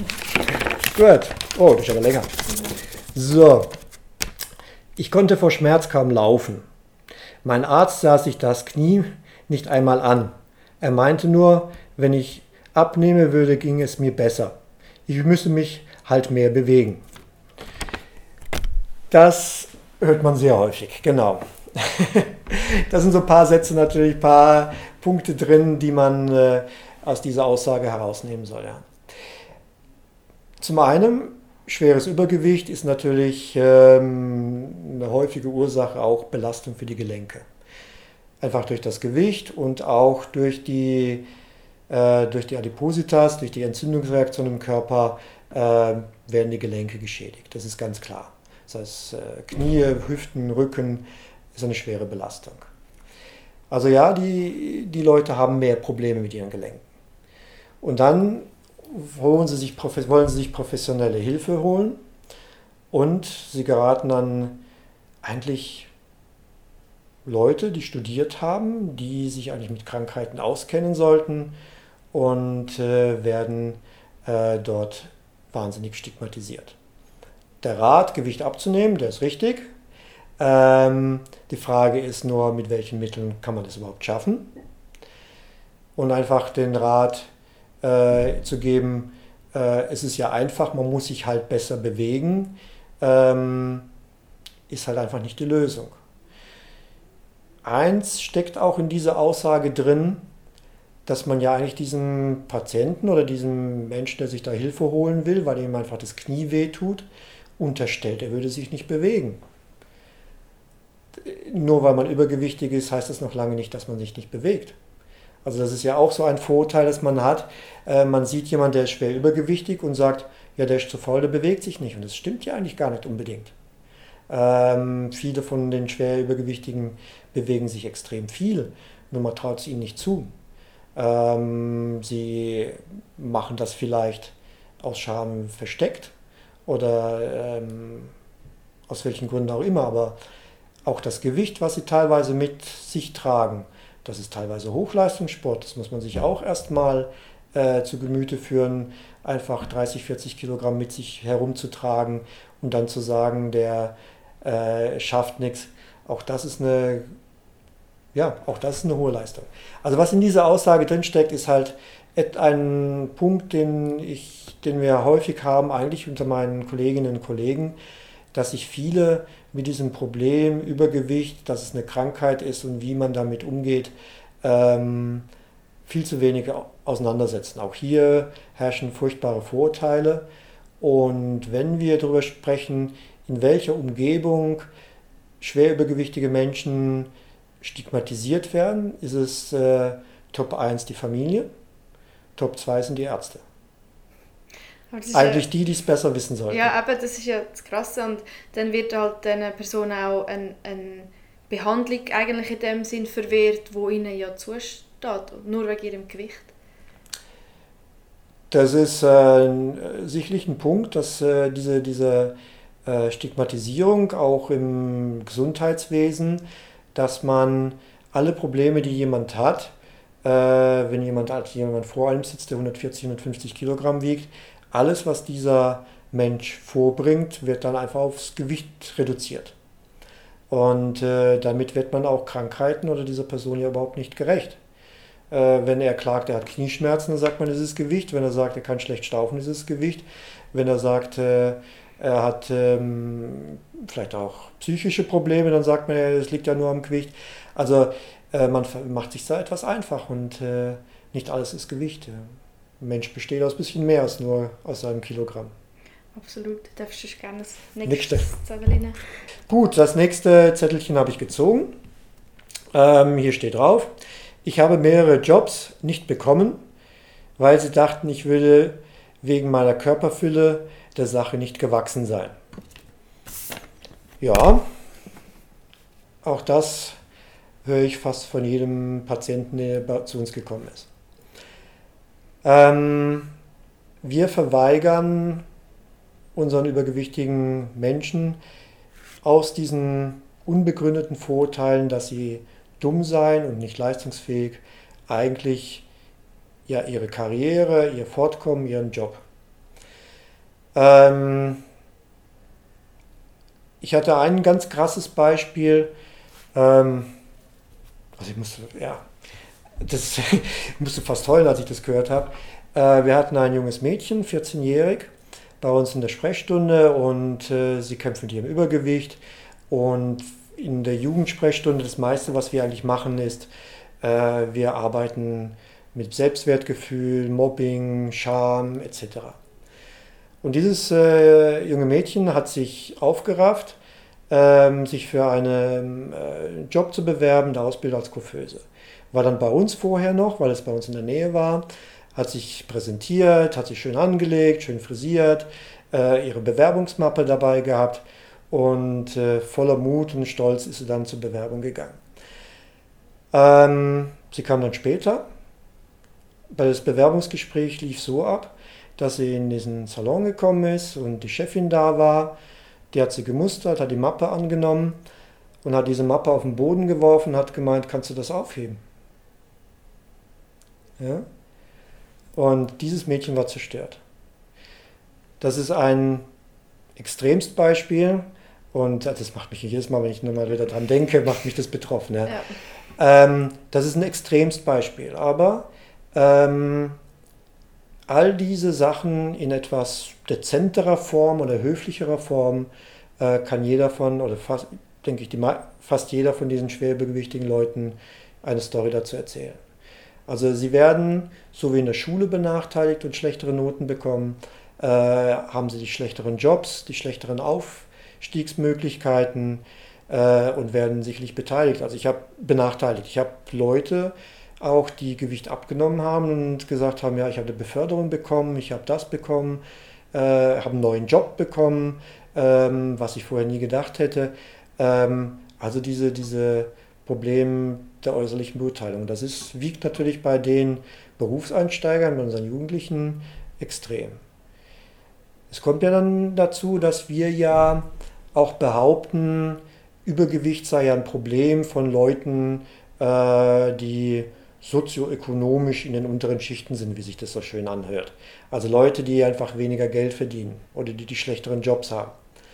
Gut. Oh, das ist aber länger. So. Ich konnte vor Schmerz kaum laufen. Mein Arzt sah sich das Knie nicht einmal an. Er meinte nur, wenn ich abnehme würde, ging es mir besser. Ich müsse mich halt mehr bewegen. Das hört man sehr häufig, genau. Da sind so ein paar Sätze natürlich, ein paar Punkte drin, die man äh, aus dieser Aussage herausnehmen soll. Ja. Zum einen, schweres Übergewicht ist natürlich ähm, eine häufige Ursache auch Belastung für die Gelenke. Einfach durch das Gewicht und auch durch die, äh, durch die Adipositas, durch die Entzündungsreaktion im Körper äh, werden die Gelenke geschädigt. Das ist ganz klar. Das heißt, äh, Knie, Hüften, Rücken ist eine schwere Belastung. Also ja, die, die Leute haben mehr Probleme mit ihren Gelenken. Und dann wollen sie, sich, wollen sie sich professionelle Hilfe holen und sie geraten dann eigentlich Leute, die studiert haben, die sich eigentlich mit Krankheiten auskennen sollten und äh, werden äh, dort wahnsinnig stigmatisiert. Der Rat, Gewicht abzunehmen, der ist richtig. Ähm, die Frage ist nur, mit welchen Mitteln kann man das überhaupt schaffen? Und einfach den Rat äh, zu geben, äh, es ist ja einfach, man muss sich halt besser bewegen, ähm, ist halt einfach nicht die Lösung. Eins steckt auch in dieser Aussage drin, dass man ja eigentlich diesem Patienten oder diesem Menschen, der sich da Hilfe holen will, weil ihm einfach das Knie wehtut, unterstellt, er würde sich nicht bewegen. Nur weil man übergewichtig ist, heißt das noch lange nicht, dass man sich nicht bewegt. Also das ist ja auch so ein Vorteil, das man hat. Äh, man sieht jemanden, der ist schwer übergewichtig und sagt, ja, der ist zu faul, der bewegt sich nicht. Und das stimmt ja eigentlich gar nicht unbedingt. Ähm, viele von den schwer Übergewichtigen bewegen sich extrem viel, nur man traut es ihnen nicht zu. Ähm, sie machen das vielleicht aus Scham versteckt oder ähm, aus welchen Gründen auch immer, aber auch das Gewicht, was sie teilweise mit sich tragen, das ist teilweise Hochleistungssport, das muss man sich auch erstmal äh, zu Gemüte führen, einfach dreißig, vierzig Kilogramm mit sich herumzutragen und dann zu sagen, der äh, schafft nichts. Auch das ist eine, ja, auch das ist eine hohe Leistung. Also was in dieser Aussage drinsteckt, ist halt ein Punkt, den, ich, den wir häufig haben, eigentlich unter meinen Kolleginnen und Kollegen, dass sich viele mit diesem Problem Übergewicht, dass es eine Krankheit ist und wie man damit umgeht, ähm, viel zu wenig auseinandersetzen. Auch hier herrschen furchtbare Vorurteile. Und wenn wir darüber sprechen, in welcher Umgebung schwer übergewichtige Menschen stigmatisiert werden, ist es äh, Top eins die Familie, Top zwei sind die Ärzte. Eigentlich ja, die, die es besser wissen sollten. Ja, aber das ist ja das Krasse. Und dann wird halt diesen Personen auch eine, eine Behandlung eigentlich in dem Sinn verwehrt, wo ihnen ja zusteht, nur wegen ihrem Gewicht. Das ist äh, sicherlich ein Punkt, dass äh, diese, diese äh, Stigmatisierung auch im Gesundheitswesen, dass man alle Probleme, die jemand hat, äh, wenn jemand, jemand vor einem sitzt, der hundertvierzig, hundertfünfzig Kilogramm wiegt, alles, was dieser Mensch vorbringt, wird dann einfach aufs Gewicht reduziert. Und äh, damit wird man auch Krankheiten oder dieser Person ja überhaupt nicht gerecht. Äh, wenn er klagt, er hat Knieschmerzen, dann sagt man, es ist Gewicht. Wenn er sagt, er kann schlecht stauchen, ist es Gewicht. Wenn er sagt, äh, er hat ähm, vielleicht auch psychische Probleme, dann sagt man, es liegt ja nur am Gewicht. Also äh, man macht sich da etwas einfach und äh, nicht alles ist Gewicht. Ja. Ein Mensch besteht aus ein bisschen mehr als nur aus einem Kilogramm. Absolut. Darfst du gerne das nächste Zettel nehmen? Gut, das nächste Zettelchen habe ich gezogen. Ähm, hier steht drauf, ich habe mehrere Jobs nicht bekommen, weil sie dachten, ich würde wegen meiner Körperfülle der Sache nicht gewachsen sein. Ja, auch das höre ich fast von jedem Patienten, der zu uns gekommen ist. Ähm, wir verweigern unseren übergewichtigen Menschen aus diesen unbegründeten Vorurteilen, dass sie dumm seien und nicht leistungsfähig, eigentlich ja ihre Karriere, ihr Fortkommen, ihren Job. Ähm, ich hatte ein ganz krasses Beispiel, ähm, also ich musste, ja, das ich musste fast heulen, als ich das gehört habe. Äh, wir hatten ein junges Mädchen, vierzehnjährig, bei uns in der Sprechstunde und äh, sie kämpft mit ihrem Übergewicht. Und in der Jugendsprechstunde, das meiste, was wir eigentlich machen, ist, äh, wir arbeiten mit Selbstwertgefühl, Mobbing, Scham et cetera. Und dieses äh, junge Mädchen hat sich aufgerafft, ähm, sich für einen äh, Job zu bewerben, der Ausbildung als Coiffeuse. War dann bei uns vorher noch, weil es bei uns in der Nähe war, hat sich präsentiert, hat sich schön angelegt, schön frisiert, äh, ihre Bewerbungsmappe dabei gehabt und äh, voller Mut und Stolz ist sie dann zur Bewerbung gegangen. Ähm, sie kam dann später. Das Bewerbungsgespräch lief so ab, dass sie in diesen Salon gekommen ist und die Chefin da war. Die hat sie gemustert, hat die Mappe angenommen und hat diese Mappe auf den Boden geworfen und hat gemeint, kannst du das aufheben? Ja? Und dieses Mädchen war zerstört. Das ist ein Extremstbeispiel und das macht mich jedes Mal, wenn ich nochmal wieder dran denke, macht mich das betroffen. Ja? Ja. Ähm, das ist ein Extremstbeispiel, aber ähm, all diese Sachen in etwas dezenterer Form oder höflicherer Form äh, kann jeder von, oder fast, denke ich, die, fast jeder von diesen schwerbegewichtigen Leuten eine Story dazu erzählen. Also sie werden, so wie in der Schule benachteiligt und schlechtere Noten bekommen, äh, haben sie die schlechteren Jobs, die schlechteren Aufstiegsmöglichkeiten äh, und werden sicherlich beteiligt. Also ich habe benachteiligt. Ich habe Leute auch, die Gewicht abgenommen haben und gesagt haben, ja, ich habe eine Beförderung bekommen, ich habe das bekommen, äh, habe einen neuen Job bekommen, ähm, was ich vorher nie gedacht hätte. Ähm, also diese, diese Probleme der äußerlichen Beurteilung. Das ist, wiegt natürlich bei den Berufseinsteigern, bei unseren Jugendlichen extrem. Es kommt ja dann dazu, dass wir ja auch behaupten, Übergewicht sei ja ein Problem von Leuten, äh, die sozioökonomisch in den unteren Schichten sind, wie sich das so schön anhört. Also Leute, die einfach weniger Geld verdienen oder die die schlechteren Jobs haben.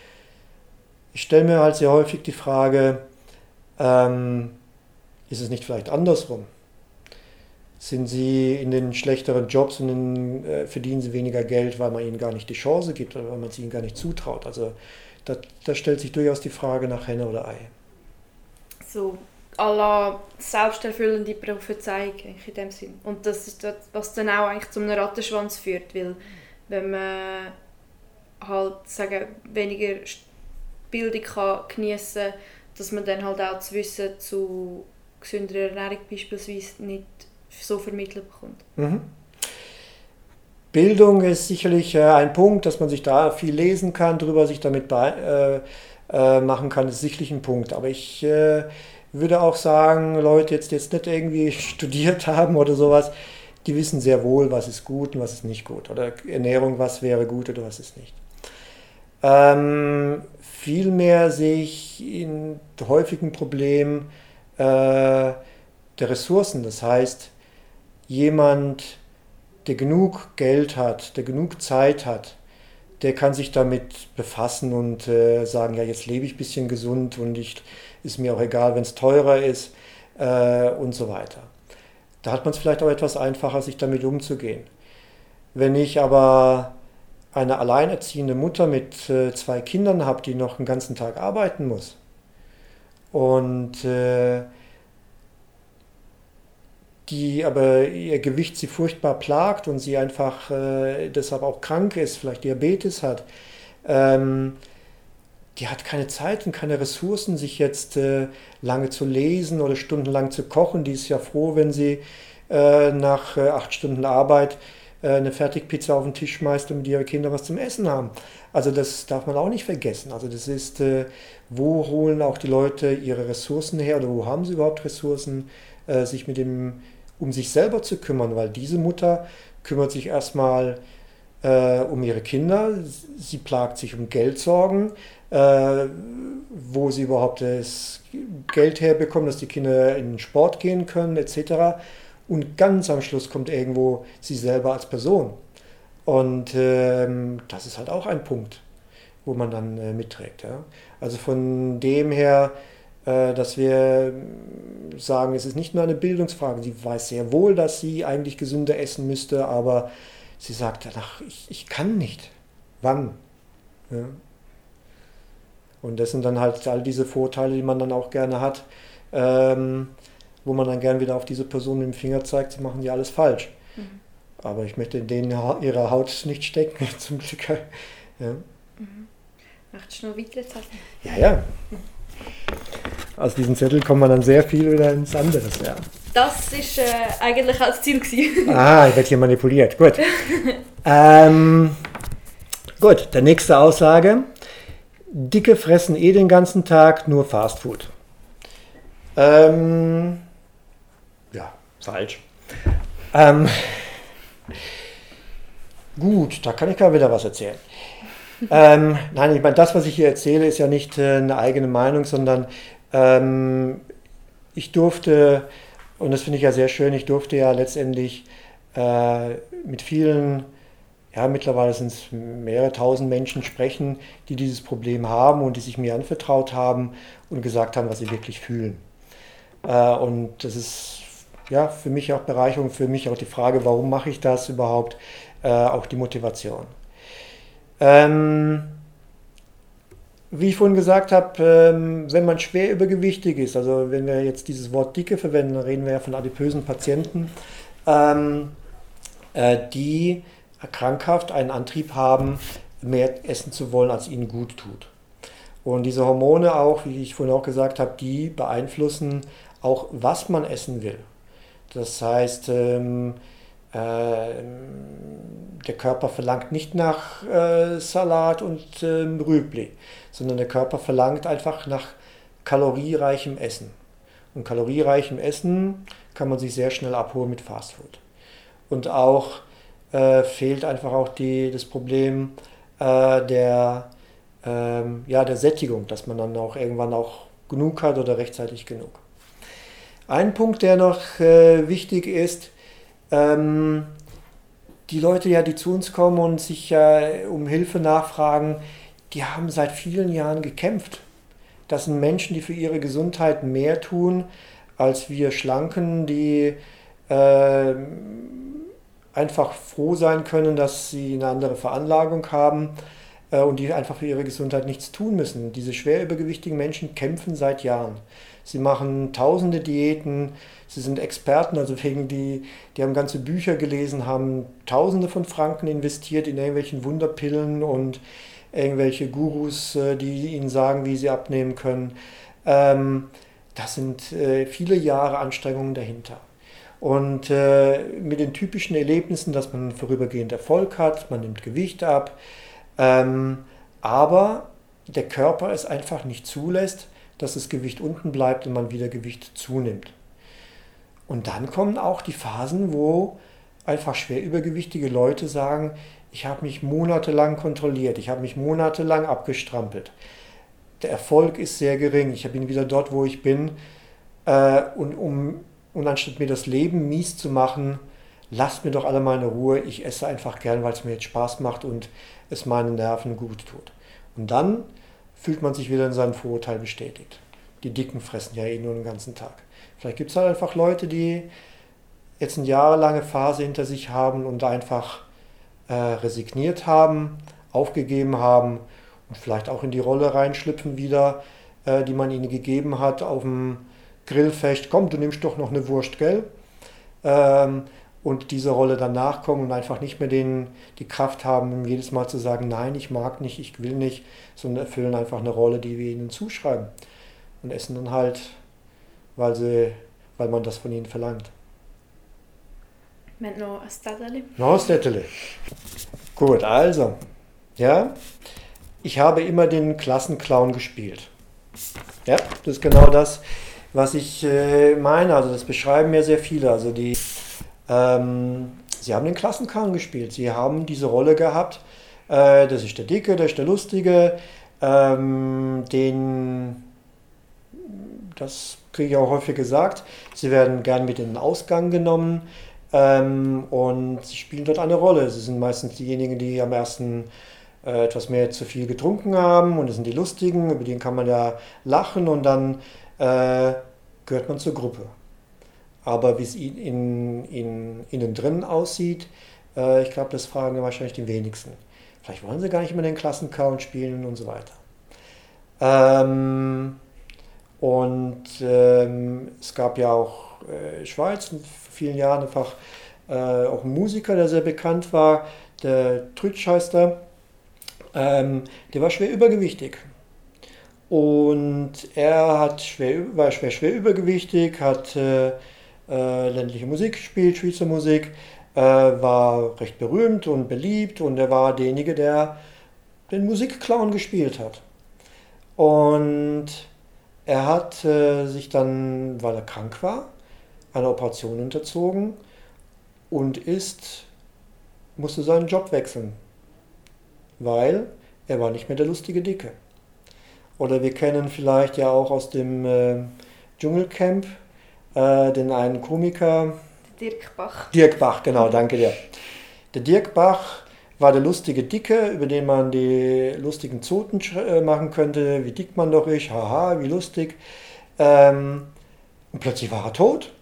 Ich stelle mir halt sehr häufig die Frage, ähm, ist es nicht vielleicht andersrum? Sind sie in den schlechteren Jobs und in, äh, verdienen sie weniger Geld, weil man ihnen gar nicht die Chance gibt oder weil man es ihnen gar nicht zutraut? Also da, da stellt sich durchaus die Frage nach Henne oder Ei. So à la selbsterfüllende Prophezeiung in dem Sinn. Und das ist das, was dann auch eigentlich zu einem Rattenschwanz führt, weil wenn man halt sagen, weniger Bildung kann geniessen kann, dass man dann halt auch das Wissen zu gesünderer Ernährung beispielsweise nicht so vermittelt bekommt. Mhm. Bildung ist sicherlich äh, ein Punkt, dass man sich da viel lesen kann, darüber sich damit bei, äh, äh, machen kann, ist sicherlich ein Punkt. Aber ich äh, würde auch sagen, Leute, jetzt, jetzt nicht irgendwie studiert haben oder sowas, die wissen sehr wohl, was ist gut und was ist nicht gut. Oder Ernährung, was wäre gut oder was ist nicht. Ähm, vielmehr sehe ich in häufigen Problem äh, der Ressourcen. Das heißt, jemand, der genug Geld hat, der genug Zeit hat, der kann sich damit befassen und äh, sagen, ja, jetzt lebe ich ein bisschen gesund und ich, ist mir auch egal, wenn es teurer ist äh, und so weiter. Da hat man es vielleicht auch etwas einfacher, sich damit umzugehen. Wenn ich aber eine alleinerziehende Mutter mit äh, zwei Kindern habe, die noch einen ganzen Tag arbeiten muss und äh, die aber ihr Gewicht sie furchtbar plagt und sie einfach äh, deshalb auch krank ist, vielleicht Diabetes hat, ähm, die hat keine Zeit und keine Ressourcen, sich jetzt äh, lange zu lesen oder stundenlang zu kochen. Die ist ja froh, wenn sie äh, nach äh, acht Stunden Arbeit äh, eine Fertigpizza auf den Tisch schmeißt, damit ihre Kinder was zum Essen haben. Also das darf man auch nicht vergessen. Also das ist, äh, wo holen auch die Leute ihre Ressourcen her oder wo haben sie überhaupt Ressourcen, äh, sich mit dem um sich selber zu kümmern, weil diese Mutter kümmert sich erstmal äh, um ihre Kinder, sie plagt sich um Geldsorgen, äh, wo sie überhaupt das Geld herbekommen, dass die Kinder in den Sport gehen können, et cetera. Und ganz am Schluss kommt irgendwo sie selber als Person. Und ähm, das ist halt auch ein Punkt, wo man dann äh, mitträgt. Ja? Also von dem her, dass wir sagen, es ist nicht nur eine Bildungsfrage. Sie weiß sehr wohl, dass sie eigentlich gesünder essen müsste, aber sie sagt danach, ich, ich kann nicht. Wann? Ja. Und das sind dann halt all diese Vorteile, die man dann auch gerne hat. Ähm, wo man dann gern wieder auf diese Person mit dem Finger zeigt, sie machen ja alles falsch. Mhm. Aber ich möchte in denen ihre Haut nicht stecken, zum Glück. Ja. Mhm. Möchtest du noch weitere Zettel? Ja, ja. Aus diesen Zetteln kommt man dann sehr viel wieder ins andere. Ja. Das war äh, eigentlich auch das Ziel gewesen. Ah, ich werde hier manipuliert. Gut. ähm, gut, der nächste Aussage. Dicke fressen eh den ganzen Tag nur Fastfood. Ähm, ja, falsch. Ähm, gut, da kann ich gar wieder was erzählen. ähm, nein, ich meine, das, was ich hier erzähle, ist ja nicht äh, eine eigene Meinung, sondern ähm, ich durfte, und das finde ich ja sehr schön, ich durfte ja letztendlich äh, mit vielen, ja mittlerweile sind es mehrere tausend Menschen sprechen, die dieses Problem haben und die sich mir anvertraut haben und gesagt haben, was sie wirklich fühlen. Äh, und das ist ja für mich auch Bereicherung, für mich auch die Frage, warum mache ich das überhaupt, äh, auch die Motivation. Ähm, wie ich vorhin gesagt habe, ähm, wenn man schwer übergewichtig ist, also wenn wir jetzt dieses Wort Dicke verwenden, dann reden wir ja von adipösen Patienten, ähm, äh, die krankhaft einen Antrieb haben, mehr essen zu wollen, als ihnen gut tut. Und diese Hormone auch, wie ich vorhin auch gesagt habe, die beeinflussen auch, was man essen will. Das heißt, ähm, äh, der Körper verlangt nicht nach äh, Salat und ähm, Rüebli, sondern der Körper verlangt einfach nach kaloriereichem Essen. Und kaloriereichem Essen kann man sich sehr schnell abholen mit Fastfood. Und auch äh, fehlt einfach auch die, das Problem äh, der, ähm, ja, der Sättigung, dass man dann auch irgendwann auch genug hat oder rechtzeitig genug. Ein Punkt, der noch äh, wichtig ist, ähm, die Leute, ja, die zu uns kommen und sich äh, um Hilfe nachfragen, die haben seit vielen Jahren gekämpft. Das sind Menschen, die für ihre Gesundheit mehr tun, als wir Schlanken, die äh, einfach froh sein können, dass sie eine andere Veranlagung haben äh, und die einfach für ihre Gesundheit nichts tun müssen. Diese schwer übergewichtigen Menschen kämpfen seit Jahren. Sie machen tausende Diäten, sie sind Experten, also wegen die, die haben ganze Bücher gelesen, haben tausende von Franken investiert in irgendwelchen Wunderpillen und irgendwelche Gurus, die ihnen sagen, wie sie abnehmen können. Ähm, das sind äh, viele Jahre Anstrengungen dahinter. Und äh, mit den typischen Erlebnissen, dass man vorübergehend Erfolg hat, man nimmt Gewicht ab, ähm, aber der Körper es einfach nicht zulässt, dass das Gewicht unten bleibt und man wieder Gewicht zunimmt. Und dann kommen auch die Phasen, wo einfach schwer übergewichtige Leute sagen, ich habe mich monatelang kontrolliert, ich habe mich monatelang abgestrampelt. Der Erfolg ist sehr gering, ich bin wieder dort, wo ich bin. Äh, und, um, und anstatt mir das Leben mies zu machen, lasst mir doch alle meine Ruhe, ich esse einfach gern, weil es mir jetzt Spaß macht und es meinen Nerven gut tut. Und dann fühlt man sich wieder in seinem Vorurteil bestätigt. Die Dicken fressen ja eh nur den ganzen Tag. Vielleicht gibt es halt einfach Leute, die jetzt eine jahrelange Phase hinter sich haben und einfach äh, resigniert haben, aufgegeben haben und vielleicht auch in die Rolle reinschlüpfen wieder, äh, die man ihnen gegeben hat auf dem Grillfest. Komm, du nimmst doch noch eine Wurst, gell? Ähm, und diese Rolle dann nachkommen und einfach nicht mehr den, die Kraft haben, um jedes Mal zu sagen, nein, ich mag nicht, ich will nicht, sondern erfüllen einfach eine Rolle, die wir ihnen zuschreiben. Und essen dann halt, weil, sie, weil man das von ihnen verlangt. Wir haben noch ein Städtchen. Noch ein Städtchen. Gut, also, ja, ich habe immer den Klassenclown gespielt. Ja, das ist genau das, was ich äh, meine. Also das beschreiben mir sehr viele. Also die Ähm, sie haben den Klassenclown gespielt, sie haben diese Rolle gehabt, äh, das ist der Dicke, das ist der Lustige, ähm, den, das kriege ich auch häufig gesagt, sie werden gern mit in den Ausgang genommen ähm, und sie spielen dort eine Rolle. Sie sind meistens diejenigen, die am ersten äh, etwas mehr zu viel getrunken haben und das sind die Lustigen, über die kann man ja lachen und dann äh, gehört man zur Gruppe. Aber wie es in, in, innen drin aussieht, äh, ich glaube, das fragen wahrscheinlich die wenigsten. Vielleicht wollen sie gar nicht mehr den Klassenclown spielen und so weiter. Ähm, Und ähm, es gab ja auch äh, in der Schweiz vor vielen Jahren einfach äh, auch einen Musiker, der sehr bekannt war, der Trütsch heißt er. Ähm, der war schwer übergewichtig. Und er hat schwer, war schwer, schwer übergewichtig, hat äh, äh, ländliche Musik gespielt, Schweizer Musik, äh, war recht berühmt und beliebt und er war derjenige, der den Musikclown gespielt hat. Und er hat äh, sich dann, weil er krank war, einer Operation unterzogen und ist, musste seinen Job wechseln, weil er war nicht mehr der lustige Dicke. Oder wir kennen vielleicht ja auch aus dem äh, Dschungelcamp äh, den einen Komiker. Dirk Bach. Dirk Bach, genau, danke dir. Der Dirk Bach war der lustige Dicke, über den man die lustigen Zoten machen könnte, wie dick man doch ist, haha, wie lustig. Ähm, und plötzlich war er tot.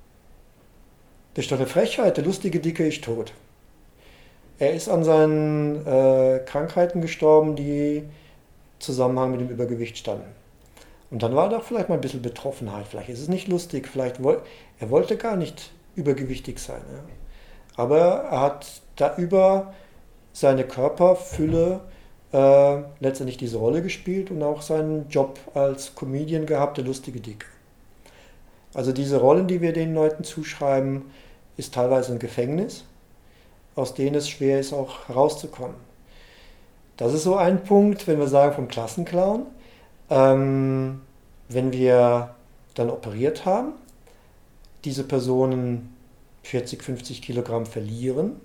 Das ist doch eine Frechheit, der lustige Dicke ist tot. Er ist an seinen äh, Krankheiten gestorben, die im Zusammenhang mit dem Übergewicht standen. Und dann war doch vielleicht mal ein bisschen Betroffenheit, vielleicht ist es nicht lustig, vielleicht woll, er wollte gar nicht übergewichtig sein. Ja. Aber er hat da über seine Körperfülle äh, letztendlich diese Rolle gespielt und auch seinen Job als Comedian gehabt, der lustige Dicke. Also diese Rollen, die wir den Leuten zuschreiben, ist teilweise ein Gefängnis, aus denen es schwer ist, auch herauszukommen. Das ist so ein Punkt, wenn wir sagen vom Klassenclown. Ähm, wenn wir dann operiert haben, diese Personen vierzig, fünfzig Kilogramm verlieren,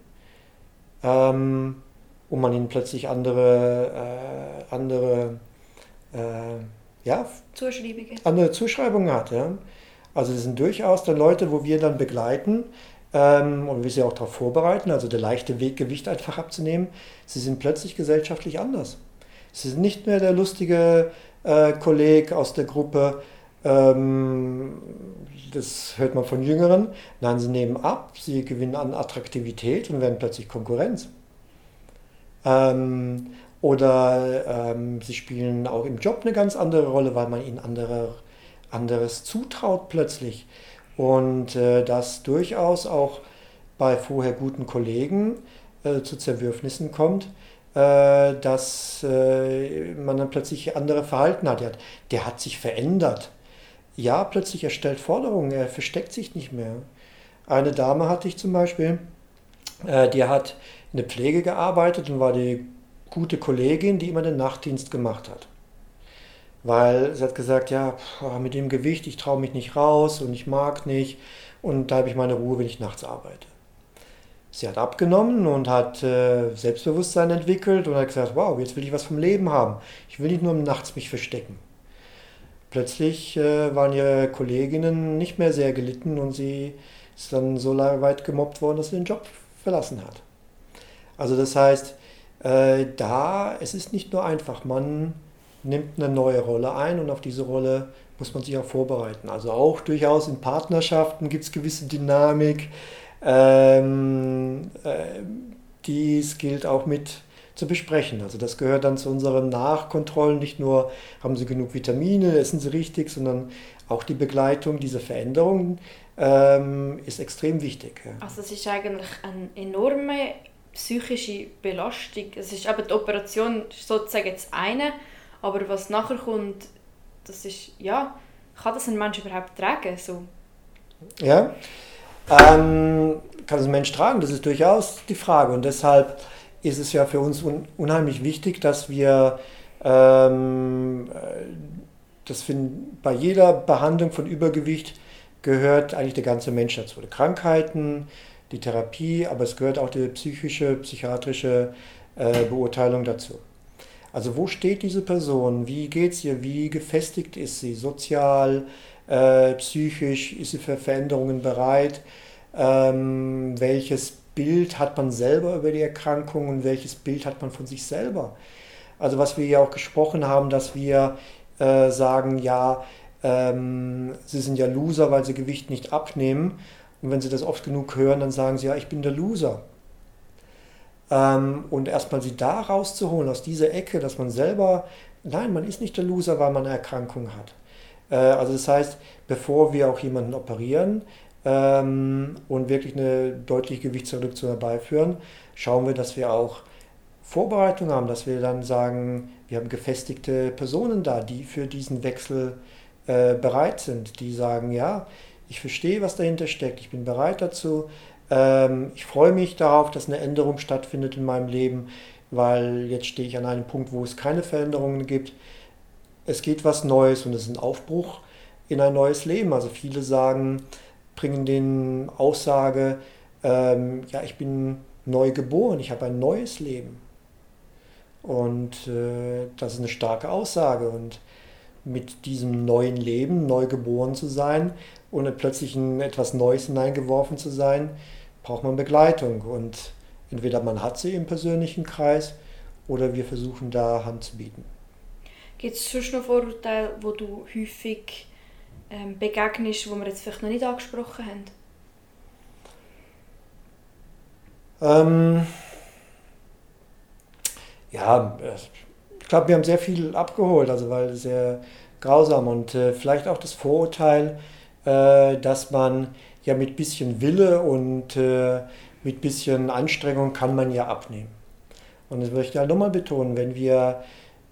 ähm, und man ihnen plötzlich andere, äh, andere, äh, ja, Zuschreibungen. andere Zuschreibungen hat. Ja. Also das sind durchaus dann Leute, wo wir dann begleiten ähm, und wir sie auch darauf vorbereiten, also der leichte Weg, Gewicht einfach abzunehmen. Sie sind plötzlich gesellschaftlich anders. Sie sind nicht mehr der lustige äh, Kollege aus der Gruppe, ähm, das hört man von Jüngeren. Nein, sie nehmen ab, sie gewinnen an Attraktivität und werden plötzlich Konkurrenz. Ähm, oder ähm, sie spielen auch im Job eine ganz andere Rolle, weil man ihnen andere, anderes zutraut plötzlich. Und äh, das durchaus auch bei vorher guten Kollegen äh, zu Zerwürfnissen kommt, äh, dass äh, man dann plötzlich andere Verhalten hat. Der, der hat sich verändert. Ja, plötzlich er stellt Forderungen, er versteckt sich nicht mehr. Eine Dame hatte ich zum Beispiel, äh, die hat in der Pflege gearbeitet und war die gute Kollegin, die immer den Nachtdienst gemacht hat. Weil sie hat gesagt, ja, mit dem Gewicht, ich traue mich nicht raus und ich mag nicht und da habe ich meine Ruhe, wenn ich nachts arbeite. Sie hat abgenommen und hat äh, Selbstbewusstsein entwickelt und hat gesagt, wow, jetzt will ich was vom Leben haben. Ich will nicht nur nachts mich verstecken. Plötzlich äh, waren ihre Kolleginnen nicht mehr sehr gelitten und sie ist dann so weit gemobbt worden, dass sie den Job verlassen hat. Also das heißt, äh, da, es ist nicht nur einfach, man nimmt eine neue Rolle ein und auf diese Rolle muss man sich auch vorbereiten. Also auch durchaus in Partnerschaften gibt es gewisse Dynamik, ähm, äh, dies gilt auch mit zu besprechen. Also das gehört dann zu unseren Nachkontrollen, nicht nur haben Sie genug Vitamine, essen Sie richtig, sondern auch die Begleitung dieser Veränderungen ähm, ist extrem wichtig. Ja. Also es ist eigentlich eine enorme psychische Belastung. Es ist eben die Operation sozusagen das eine, aber was nachher kommt, das ist, ja, kann das ein Mensch überhaupt tragen? So? Ja, ähm, kann es ein Mensch tragen? Das ist durchaus die Frage und deshalb ist es ja für uns un- unheimlich wichtig, dass wir ähm, das finden, bei jeder Behandlung von Übergewicht gehört eigentlich der ganze Mensch dazu. Die Krankheiten, die Therapie, aber es gehört auch die psychische, psychiatrische äh, Beurteilung dazu. Also wo steht diese Person? Wie geht es ihr? Wie gefestigt ist sie? Sozial, äh, psychisch? Ist sie für Veränderungen bereit? Ähm, welches Bild hat man selber über die Erkrankung und welches Bild hat man von sich selber? Also was wir ja auch gesprochen haben, dass wir äh, sagen, ja, ähm, sie sind ja Loser, weil sie Gewicht nicht abnehmen. Und wenn sie das oft genug hören, dann sagen sie, ja, ich bin der Loser. Ähm, und erstmal sie da rauszuholen, aus dieser Ecke, dass man selber, nein, man ist nicht der Loser, weil man eine Erkrankung hat. Äh, also das heißt, bevor wir auch jemanden operieren ähm, und wirklich eine deutliche Gewichtsreduktion herbeiführen, schauen wir, dass wir auch Vorbereitung haben, dass wir dann sagen, wir haben gefestigte Personen da, die für diesen Wechsel äh, bereit sind, die sagen, ja, ich verstehe, was dahinter steckt, ich bin bereit dazu, ähm, ich freue mich darauf, dass eine Änderung stattfindet in meinem Leben, weil jetzt stehe ich an einem Punkt, wo es keine Veränderungen gibt. Es geht was Neues und es ist ein Aufbruch in ein neues Leben. Also viele sagen, bringen den Aussage, ähm, ja, ich bin neu geboren, ich habe ein neues Leben. Und äh, das ist eine starke Aussage. Und mit diesem neuen Leben, neu geboren zu sein und plötzlich in etwas Neues hineingeworfen zu sein, braucht man Begleitung. Und entweder man hat sie im persönlichen Kreis oder wir versuchen da Hand zu bieten. Gibt es sonst noch Vorurteile, wo du häufig ähm, begegnest, die wir jetzt vielleicht noch nicht angesprochen haben? Ähm, ja, ich glaube, wir haben sehr viel abgeholt, also weil sehr grausam und äh, vielleicht auch das Vorurteil, äh, dass man ja mit bisschen Wille und äh, mit bisschen Anstrengung kann man ja abnehmen. Und das möchte ich halt nochmal betonen, wenn wir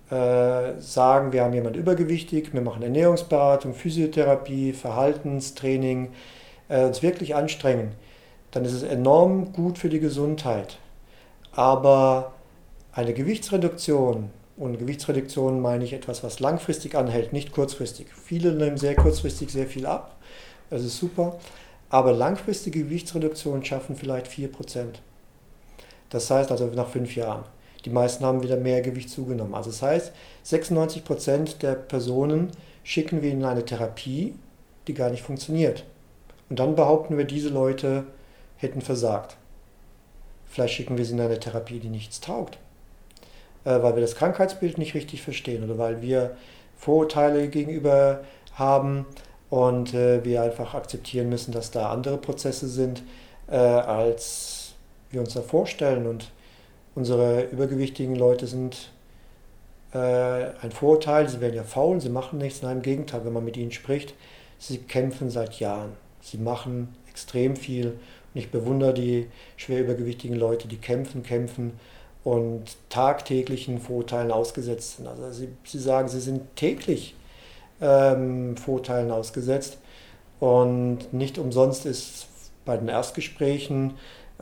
äh, sagen, wir haben jemanden übergewichtig, wir machen Ernährungsberatung, Physiotherapie, Verhaltenstraining, äh, uns wirklich anstrengen, dann ist es enorm gut für die Gesundheit. Aber eine Gewichtsreduktion, und Gewichtsreduktion meine ich etwas, was langfristig anhält, nicht kurzfristig. Viele nehmen sehr kurzfristig sehr viel ab, das ist super, aber langfristige Gewichtsreduktionen schaffen vielleicht vier Prozent. Das heißt also nach fünf Jahren. Die meisten haben wieder mehr Gewicht zugenommen. Also das heißt, sechsundneunzig Prozent der Personen schicken wir in eine Therapie, die gar nicht funktioniert. Und dann behaupten wir, diese Leute hätten versagt. Vielleicht schicken wir sie in eine Therapie, die nichts taugt, äh, weil wir das Krankheitsbild nicht richtig verstehen oder weil wir Vorurteile gegenüber haben und äh, wir einfach akzeptieren müssen, dass da andere Prozesse sind, äh, als wir uns da vorstellen. Und unsere übergewichtigen Leute sind äh, ein Vorurteil, sie werden ja faul, sie machen nichts. Nein, im Gegenteil, wenn man mit ihnen spricht, sie kämpfen seit Jahren. Sie machen extrem viel. Und ich bewundere die schwer übergewichtigen Leute, die kämpfen, kämpfen und tagtäglichen Vorurteilen ausgesetzt sind. Also sie, sie sagen, sie sind täglich ähm, Vorurteilen ausgesetzt. Und nicht umsonst ist bei den Erstgesprächen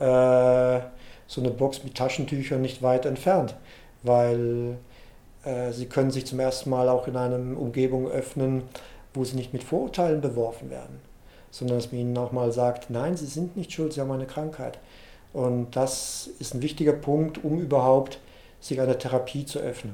äh, so eine Box mit Taschentüchern nicht weit entfernt, weil äh, sie können sich zum ersten Mal auch in einer Umgebung öffnen, wo sie nicht mit Vorurteilen beworfen werden, sondern dass man ihnen auch mal sagt, nein, sie sind nicht schuld, sie haben eine Krankheit. Und das ist ein wichtiger Punkt, um überhaupt sich einer Therapie zu öffnen.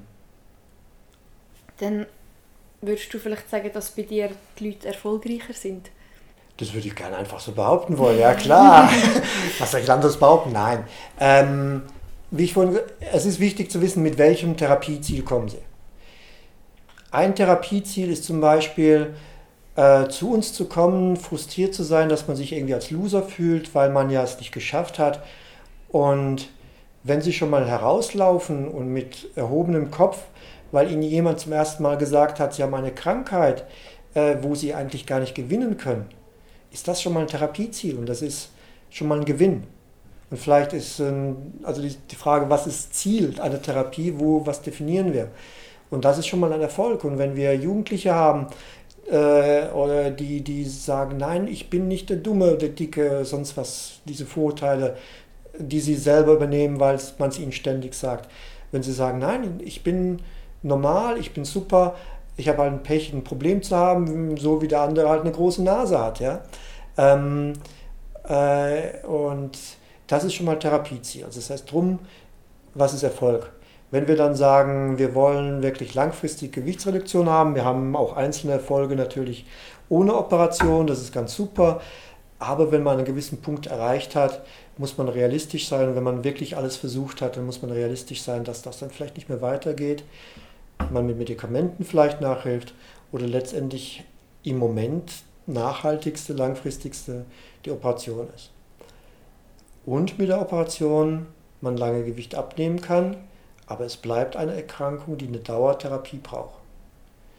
Dann würdest du vielleicht sagen, dass bei dir die Leute erfolgreicher sind? Das würde ich gerne einfach so behaupten wollen, ja klar. Was soll ich anderes behaupten? Nein. Ähm, wie ich vorhin, es ist wichtig zu wissen, mit welchem Therapieziel kommen Sie. Ein Therapieziel ist zum Beispiel, äh, zu uns zu kommen, frustriert zu sein, dass man sich irgendwie als Loser fühlt, weil man ja es nicht geschafft hat. Und wenn Sie schon mal herauslaufen und mit erhobenem Kopf, weil Ihnen jemand zum ersten Mal gesagt hat, Sie haben eine Krankheit, äh, wo Sie eigentlich gar nicht gewinnen können, ist das schon mal ein Therapieziel und das ist schon mal ein Gewinn. Und vielleicht ist also die Frage, was ist Ziel einer Therapie, wo, was definieren wir? Und das ist schon mal ein Erfolg. Und wenn wir Jugendliche haben, äh, oder die, die sagen, nein, ich bin nicht der Dumme, der Dicke, sonst was, diese Vorurteile, die sie selber übernehmen, weil man es ihnen ständig sagt. Wenn sie sagen, nein, ich bin normal, ich bin super, ich habe halt ein Pech, ein Problem zu haben, so wie der andere halt eine große Nase hat. Ja? Ähm, äh, und das ist schon mal Therapieziel. Also das heißt drum, was ist Erfolg? Wenn wir dann sagen, wir wollen wirklich langfristig Gewichtsreduktion haben, wir haben auch einzelne Erfolge natürlich ohne Operation, das ist ganz super, aber wenn man einen gewissen Punkt erreicht hat, muss man realistisch sein. Und wenn man wirklich alles versucht hat, dann muss man realistisch sein, dass das dann vielleicht nicht mehr weitergeht, man mit Medikamenten vielleicht nachhilft oder letztendlich im Moment nachhaltigste, langfristigste die Operation ist. Und mit der Operation man lange Gewicht abnehmen kann, aber es bleibt eine Erkrankung, die eine Dauertherapie braucht.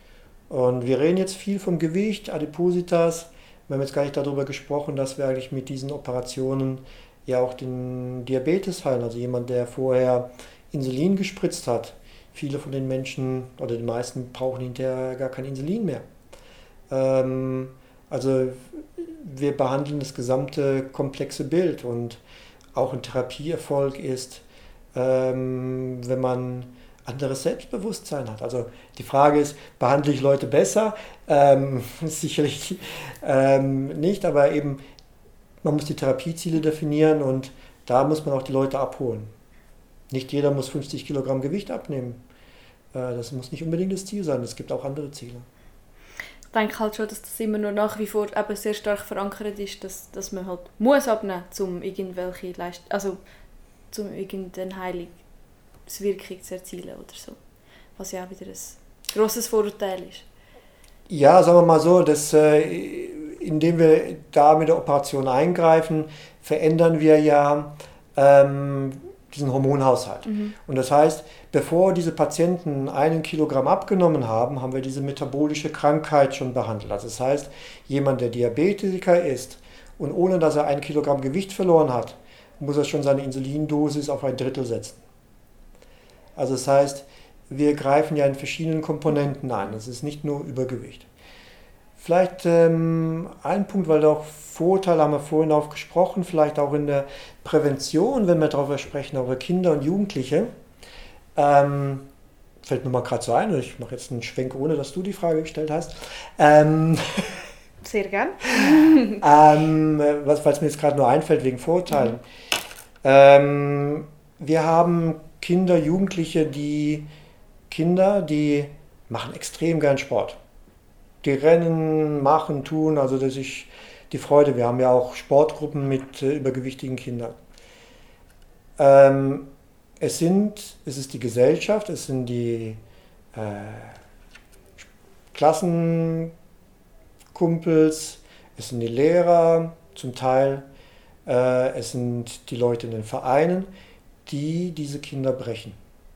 Und wir reden jetzt viel vom Gewicht, Adipositas. Wir haben jetzt gar nicht darüber gesprochen, dass wir eigentlich mit diesen Operationen ja auch den Diabetes heilen. Also jemand, der vorher Insulin gespritzt hat. Viele von den Menschen oder die meisten brauchen hinterher gar kein Insulin mehr. Ähm, also wir behandeln das gesamte komplexe Bild und auch ein Therapieerfolg ist, ähm, wenn man anderes Selbstbewusstsein hat. Also die Frage ist, behandle ich Leute besser? Ähm, sicherlich ähm, nicht, aber eben man muss die Therapieziele definieren und da muss man auch die Leute abholen. Nicht jeder muss fünfzig Kilogramm Gewicht abnehmen. Äh, das muss nicht unbedingt das Ziel sein, es gibt auch andere Ziele. Ich denke halt schon, dass das immer noch nach wie vor eben sehr stark verankert ist, dass, dass man halt muss abnehmen muss, um irgendwelche Leist- also um irgendeine Heilungswirkung zu erzielen oder so. Was ja auch wieder ein grosses Vorurteil ist. Ja, sagen wir mal so, dass, äh, indem wir da mit der Operation eingreifen, verändern wir ja ähm, diesen Hormonhaushalt. Mhm. Und das heißt, bevor diese Patienten einen Kilogramm abgenommen haben, haben wir diese metabolische Krankheit schon behandelt. Also das heißt, jemand, der Diabetiker ist und ohne dass er ein Kilogramm Gewicht verloren hat, muss er schon seine Insulindosis auf ein Drittel setzen. Also das heißt, wir greifen ja in verschiedenen Komponenten ein. Das ist nicht nur Übergewicht. Vielleicht ähm, ein Punkt, weil auch Vorurteile haben wir vorhin auch gesprochen, vielleicht auch in der Prävention, wenn wir darüber sprechen, über Kinder und Jugendliche. Ähm, fällt mir mal gerade so ein, ich mache jetzt einen Schwenk, ohne dass du die Frage gestellt hast. Ähm, Sehr gern. ähm, was, was mir jetzt gerade nur einfällt wegen Vorurteilen. Mhm. Ähm, wir haben Kinder, Jugendliche, die Kinder, die machen extrem gern Sport. Die rennen, machen, tun, also das ist die Freude. Wir haben ja auch Sportgruppen mit äh, übergewichtigen Kindern. Ähm, es sind, es ist die Gesellschaft, es sind die äh, Klassenkumpels, es sind die Lehrer zum Teil, äh, es sind die Leute in den Vereinen, die diese Kinder brechen.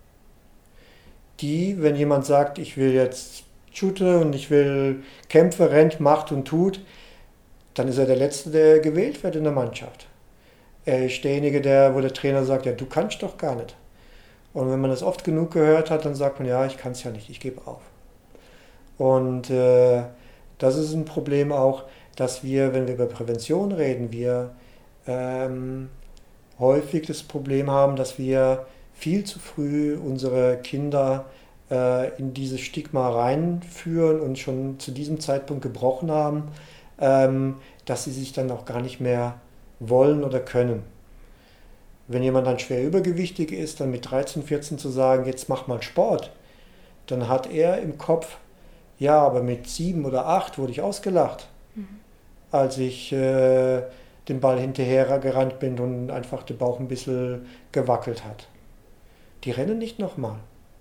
Die, wenn jemand sagt, ich will jetzt shoote und ich will kämpfe, rennt, macht und tut, dann ist er der Letzte, der gewählt wird in der Mannschaft. Er ist derjenige, der, wo der Trainer sagt, ja, du kannst doch gar nicht. Und wenn man das oft genug gehört hat, dann sagt man, ja, ich kann es ja nicht, ich gebe auf. Und äh, das ist ein Problem auch, dass wir, wenn wir über Prävention reden, wir ähm, häufig das Problem haben, dass wir viel zu früh unsere Kinder äh, in dieses Stigma reinführen und schon zu diesem Zeitpunkt gebrochen haben, ähm, dass sie sich dann auch gar nicht mehr wollen oder können. Wenn jemand dann schwer übergewichtig ist, dann mit dreizehn, vierzehn zu sagen, jetzt mach mal Sport, dann hat er im Kopf, ja, aber mit sieben oder acht wurde ich ausgelacht, mhm. als ich äh, den Ball hinterher gerannt bin und einfach der Bauch ein bisschen gewackelt hat. Die rennen nicht nochmal.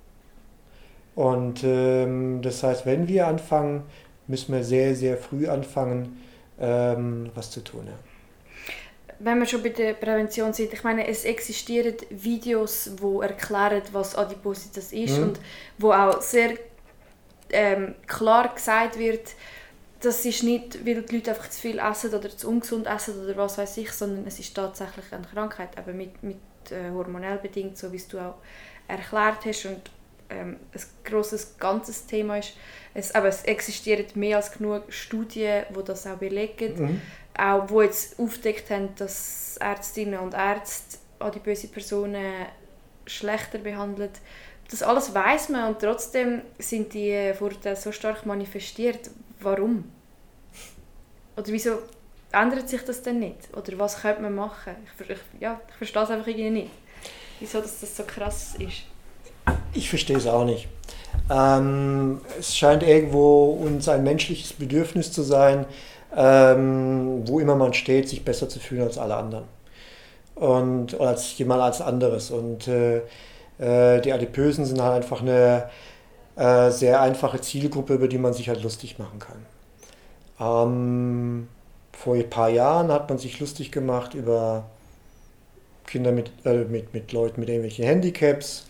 Und ähm, das heißt, wenn wir anfangen, müssen wir sehr, sehr früh anfangen, ähm, was zu tun. Ja. Wenn wir schon bei der Prävention sind, ich meine, es existieren Videos, die erklären, was Adipositas ist mhm. und wo auch sehr ähm, klar gesagt wird, das ist nicht, weil die Leute einfach zu viel essen oder zu ungesund essen oder was weiß ich, sondern es ist tatsächlich eine Krankheit, aber mit, mit äh, hormonell bedingt, so wie es du auch erklärt hast und ähm, ein grosses ganzes Thema ist. Es, aber es existieren mehr als genug Studien, die das auch belegen, mhm. auch die jetzt aufgedeckt haben, dass Ärztinnen und Ärzte adipöse Personen schlechter behandeln. Das alles weiss man und trotzdem sind die Vorteile so stark manifestiert. Warum? Oder wieso ändert sich das denn nicht? Oder was könnte man machen? Ich, ich, ja, ich verstehe es einfach irgendwie nicht. Wieso dass das so krass ist. Ich verstehe es auch nicht. Ähm, es scheint irgendwo uns ein menschliches Bedürfnis zu sein, ähm, wo immer man steht, sich besser zu fühlen als alle anderen. Und, oder als jemand als anderes. Und äh, äh, die Adipösen sind halt einfach eine äh, sehr einfache Zielgruppe, über die man sich halt lustig machen kann. Ähm, vor ein paar Jahren hat man sich lustig gemacht über Kinder mit, äh, mit, mit Leuten mit irgendwelchen Handicaps.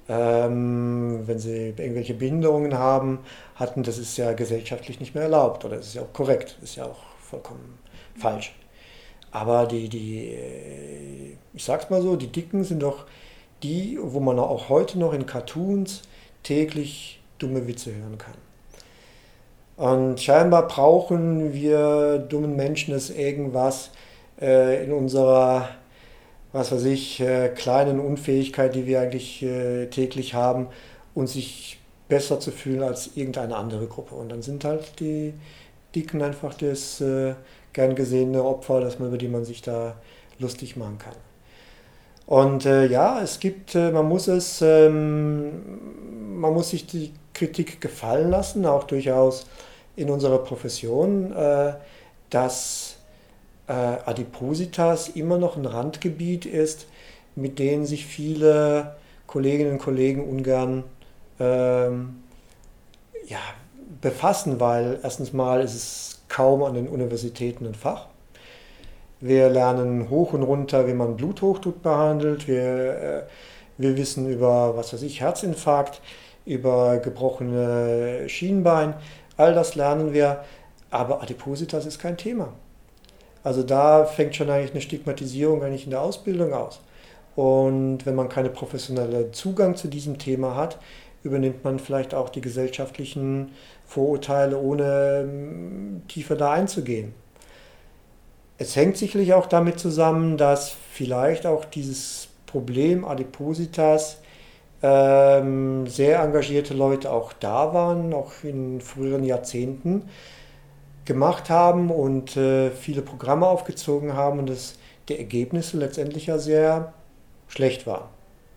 ähm, wenn sie irgendwelche Behinderungen haben, hatten, das ist ja gesellschaftlich nicht mehr erlaubt oder das ist ja auch korrekt, das ist ja auch vollkommen falsch. Aber die, die, ich sag's mal so, die Dicken sind doch die, wo man auch heute noch in Cartoons täglich dumme Witze hören kann. Und scheinbar brauchen wir dummen Menschen es irgendwas äh, in unserer, was weiß ich, äh, kleinen Unfähigkeit, die wir eigentlich äh, täglich haben, uns sich besser zu fühlen als irgendeine andere Gruppe. Und dann sind halt die Dicken einfach das äh, gern gesehene Opfer, dass man, über die man sich da lustig machen kann. Und äh, ja, es gibt, äh, man muss es, ähm, man muss sich die Kritik gefallen lassen, auch durchaus in unserer Profession, äh, dass äh, Adipositas immer noch ein Randgebiet ist, mit denen sich viele Kolleginnen und Kollegen ungern ähm, ja, befassen, weil erstens mal ist es kaum an den Universitäten ein Fach. Wir lernen hoch und runter, wie man Bluthochdruck behandelt. Wir, äh, wir wissen über, was weiß ich, Herzinfarkt, über gebrochene Schienbein. All das lernen wir, aber Adipositas ist kein Thema. Also da fängt schon eigentlich eine Stigmatisierung eigentlich in der Ausbildung aus. Und wenn man keinen professionellen Zugang zu diesem Thema hat, übernimmt man vielleicht auch die gesellschaftlichen Vorurteile, ohne ähm, tiefer da einzugehen. Es hängt sicherlich auch damit zusammen, dass vielleicht auch dieses Problem Adipositas ähm, sehr engagierte Leute auch da waren, auch in früheren Jahrzehnten gemacht haben und äh, viele Programme aufgezogen haben und das, die Ergebnisse letztendlich ja sehr schlecht waren.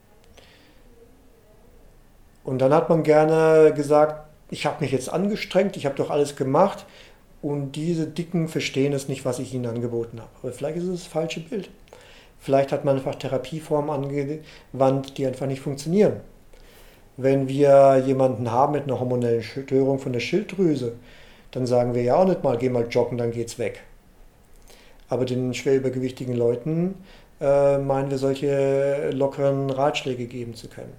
Und dann hat man gerne gesagt, ich habe mich jetzt angestrengt, ich habe doch alles gemacht und diese Dicken verstehen es nicht, was ich ihnen angeboten habe. Aber vielleicht ist es das falsche Bild. Vielleicht hat man einfach Therapieformen angewandt, die einfach nicht funktionieren. Wenn wir jemanden haben mit einer hormonellen Störung von der Schilddrüse, dann sagen wir ja auch nicht mal, geh mal joggen, dann geht's weg. Aber den schwer übergewichtigen Leuten äh, meinen wir, solche lockeren Ratschläge geben zu können.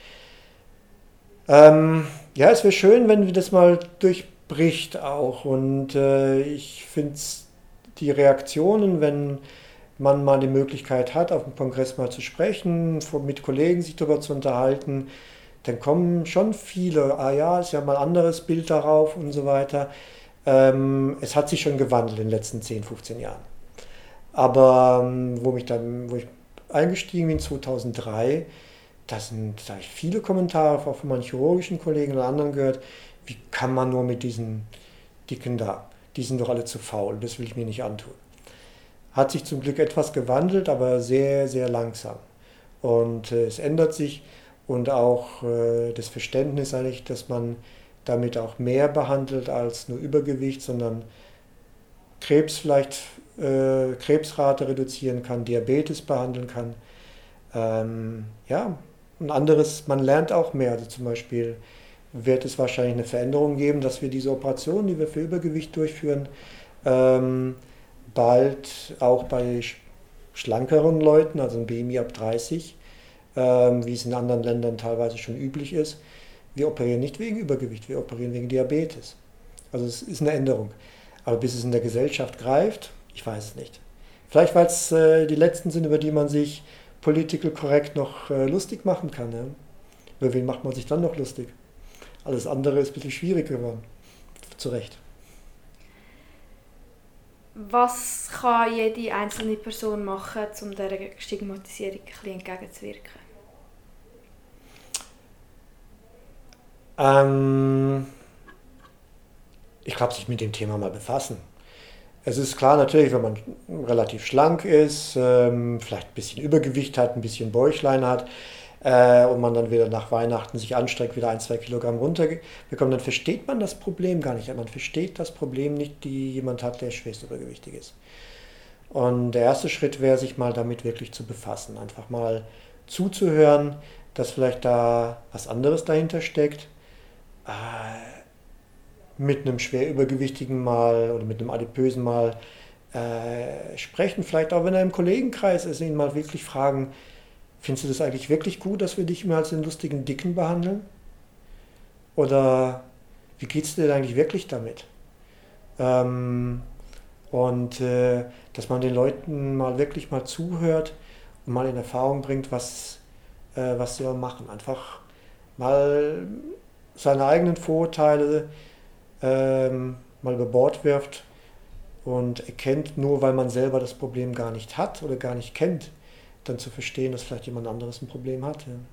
Ähm, ja, es wäre schön, wenn wir das mal durchbricht auch. Und äh, ich finde die Reaktionen, wenn man mal die Möglichkeit hat, auf dem Kongress mal zu sprechen, mit Kollegen sich darüber zu unterhalten, dann kommen schon viele, ah ja, ist ja mal ein anderes Bild darauf und so weiter. Ähm, es hat sich schon gewandelt in den letzten zehn, fünfzehn Jahren. Aber ähm, wo, mich dann, wo ich eingestiegen bin, zweitausenddrei, da sind da hab ich viele Kommentare auch von meinen chirurgischen Kollegen oder anderen gehört, wie kann man nur mit diesen Dicken da, die sind doch alle zu faul, das will ich mir nicht antun. Hat sich zum Glück etwas gewandelt, aber sehr, sehr langsam. Und äh, es ändert sich und auch äh, das Verständnis eigentlich, dass man damit auch mehr behandelt als nur Übergewicht, sondern Krebs vielleicht, äh, Krebsrate reduzieren kann, Diabetes behandeln kann. Ähm, ja, ein anderes, man lernt auch mehr. Also zum Beispiel wird es wahrscheinlich eine Veränderung geben, dass wir diese Operationen, die wir für Übergewicht durchführen, ähm, bald auch bei schlankeren Leuten, also ein B M I ab dreißig, ähm, wie es in anderen Ländern teilweise schon üblich ist. Wir operieren nicht wegen Übergewicht, wir operieren wegen Diabetes. Also es ist eine Änderung. Aber bis es in der Gesellschaft greift, ich weiß es nicht. Vielleicht, weil es äh, die letzten sind, über die man sich political correct noch äh, lustig machen kann. Ne? Über wen macht man sich dann noch lustig? Alles andere ist ein bisschen schwierig geworden. Zu Recht. Was kann jede einzelne Person machen, um dieser Stigmatisierung ein bisschen entgegenzuwirken? Ähm, ich glaube, sich mit dem Thema mal befassen. Es ist klar, natürlich, wenn man relativ schlank ist, ähm, vielleicht ein bisschen Übergewicht hat, ein bisschen Bäuchlein hat äh, und man dann wieder nach Weihnachten sich anstrengt, wieder ein, zwei Kilogramm runterbekommt, dann versteht man das Problem gar nicht. Man versteht das Problem nicht, die jemand hat, der schwerst übergewichtig ist. Und der erste Schritt wäre, sich mal damit wirklich zu befassen. Einfach mal zuzuhören, dass vielleicht da was anderes dahinter steckt. Äh, mit einem schwer übergewichtigen mal oder mit einem adipösen mal äh, sprechen, vielleicht auch wenn er im Kollegenkreis ist, ihn mal wirklich fragen, findest du das eigentlich wirklich gut, dass wir dich immer als den lustigen Dicken behandeln? Oder wie geht es dir denn eigentlich wirklich damit? Ähm, und äh, dass man den Leuten mal wirklich mal zuhört und mal in Erfahrung bringt, was, äh, was sie machen. Einfach mal seine eigenen Vorurteile ähm, mal über Bord wirft und erkennt, nur weil man selber das Problem gar nicht hat oder gar nicht kennt, dann zu verstehen, dass vielleicht jemand anderes ein Problem hat. Ja.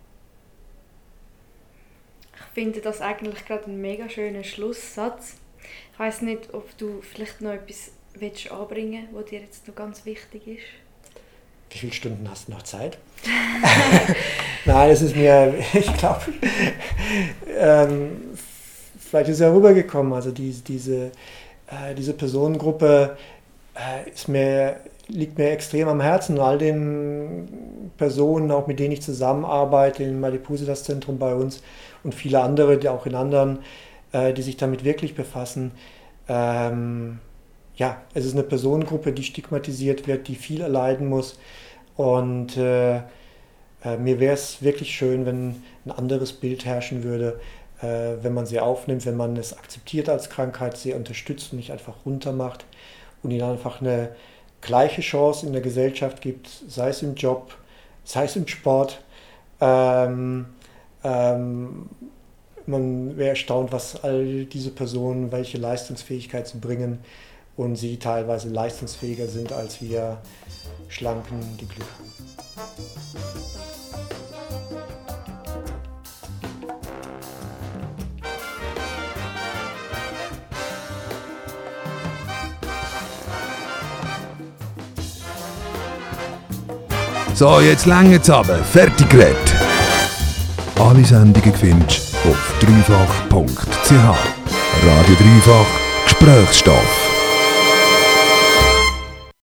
Ich finde das eigentlich gerade ein mega schöner Schlusssatz. Ich weiss nicht, ob du vielleicht noch etwas willst anbringen willst, was dir jetzt noch ganz wichtig ist. Wie viele Stunden hast du noch Zeit? Nein, es ist mir, ich glaube, ähm, vielleicht ist es ja rübergekommen. Also die, diese, äh, diese Personengruppe äh, ist mir, liegt mir extrem am Herzen. All den Personen, auch mit denen ich zusammenarbeite, im Adipositas-Zentrum bei uns und viele andere, die auch in anderen, äh, die sich damit wirklich befassen. Ähm, ja, es ist eine Personengruppe, die stigmatisiert wird, die viel erleiden muss. Und äh, äh, mir wäre es wirklich schön, wenn ein anderes Bild herrschen würde, äh, wenn man sie aufnimmt, wenn man es akzeptiert als Krankheit, sie unterstützt und nicht einfach runtermacht und ihnen einfach eine gleiche Chance in der Gesellschaft gibt, sei es im Job, sei es im Sport. Ähm, ähm, man wäre erstaunt, was all diese Personen, welche Leistungsfähigkeit sie bringen und sie teilweise leistungsfähiger sind als wir Schlanken, die Glück haben. So, jetzt längt's aber. Fertig geredet. Alle Sendungen findest du auf dreifach punkt c h. Radio Dreifach Gesprächsstoff.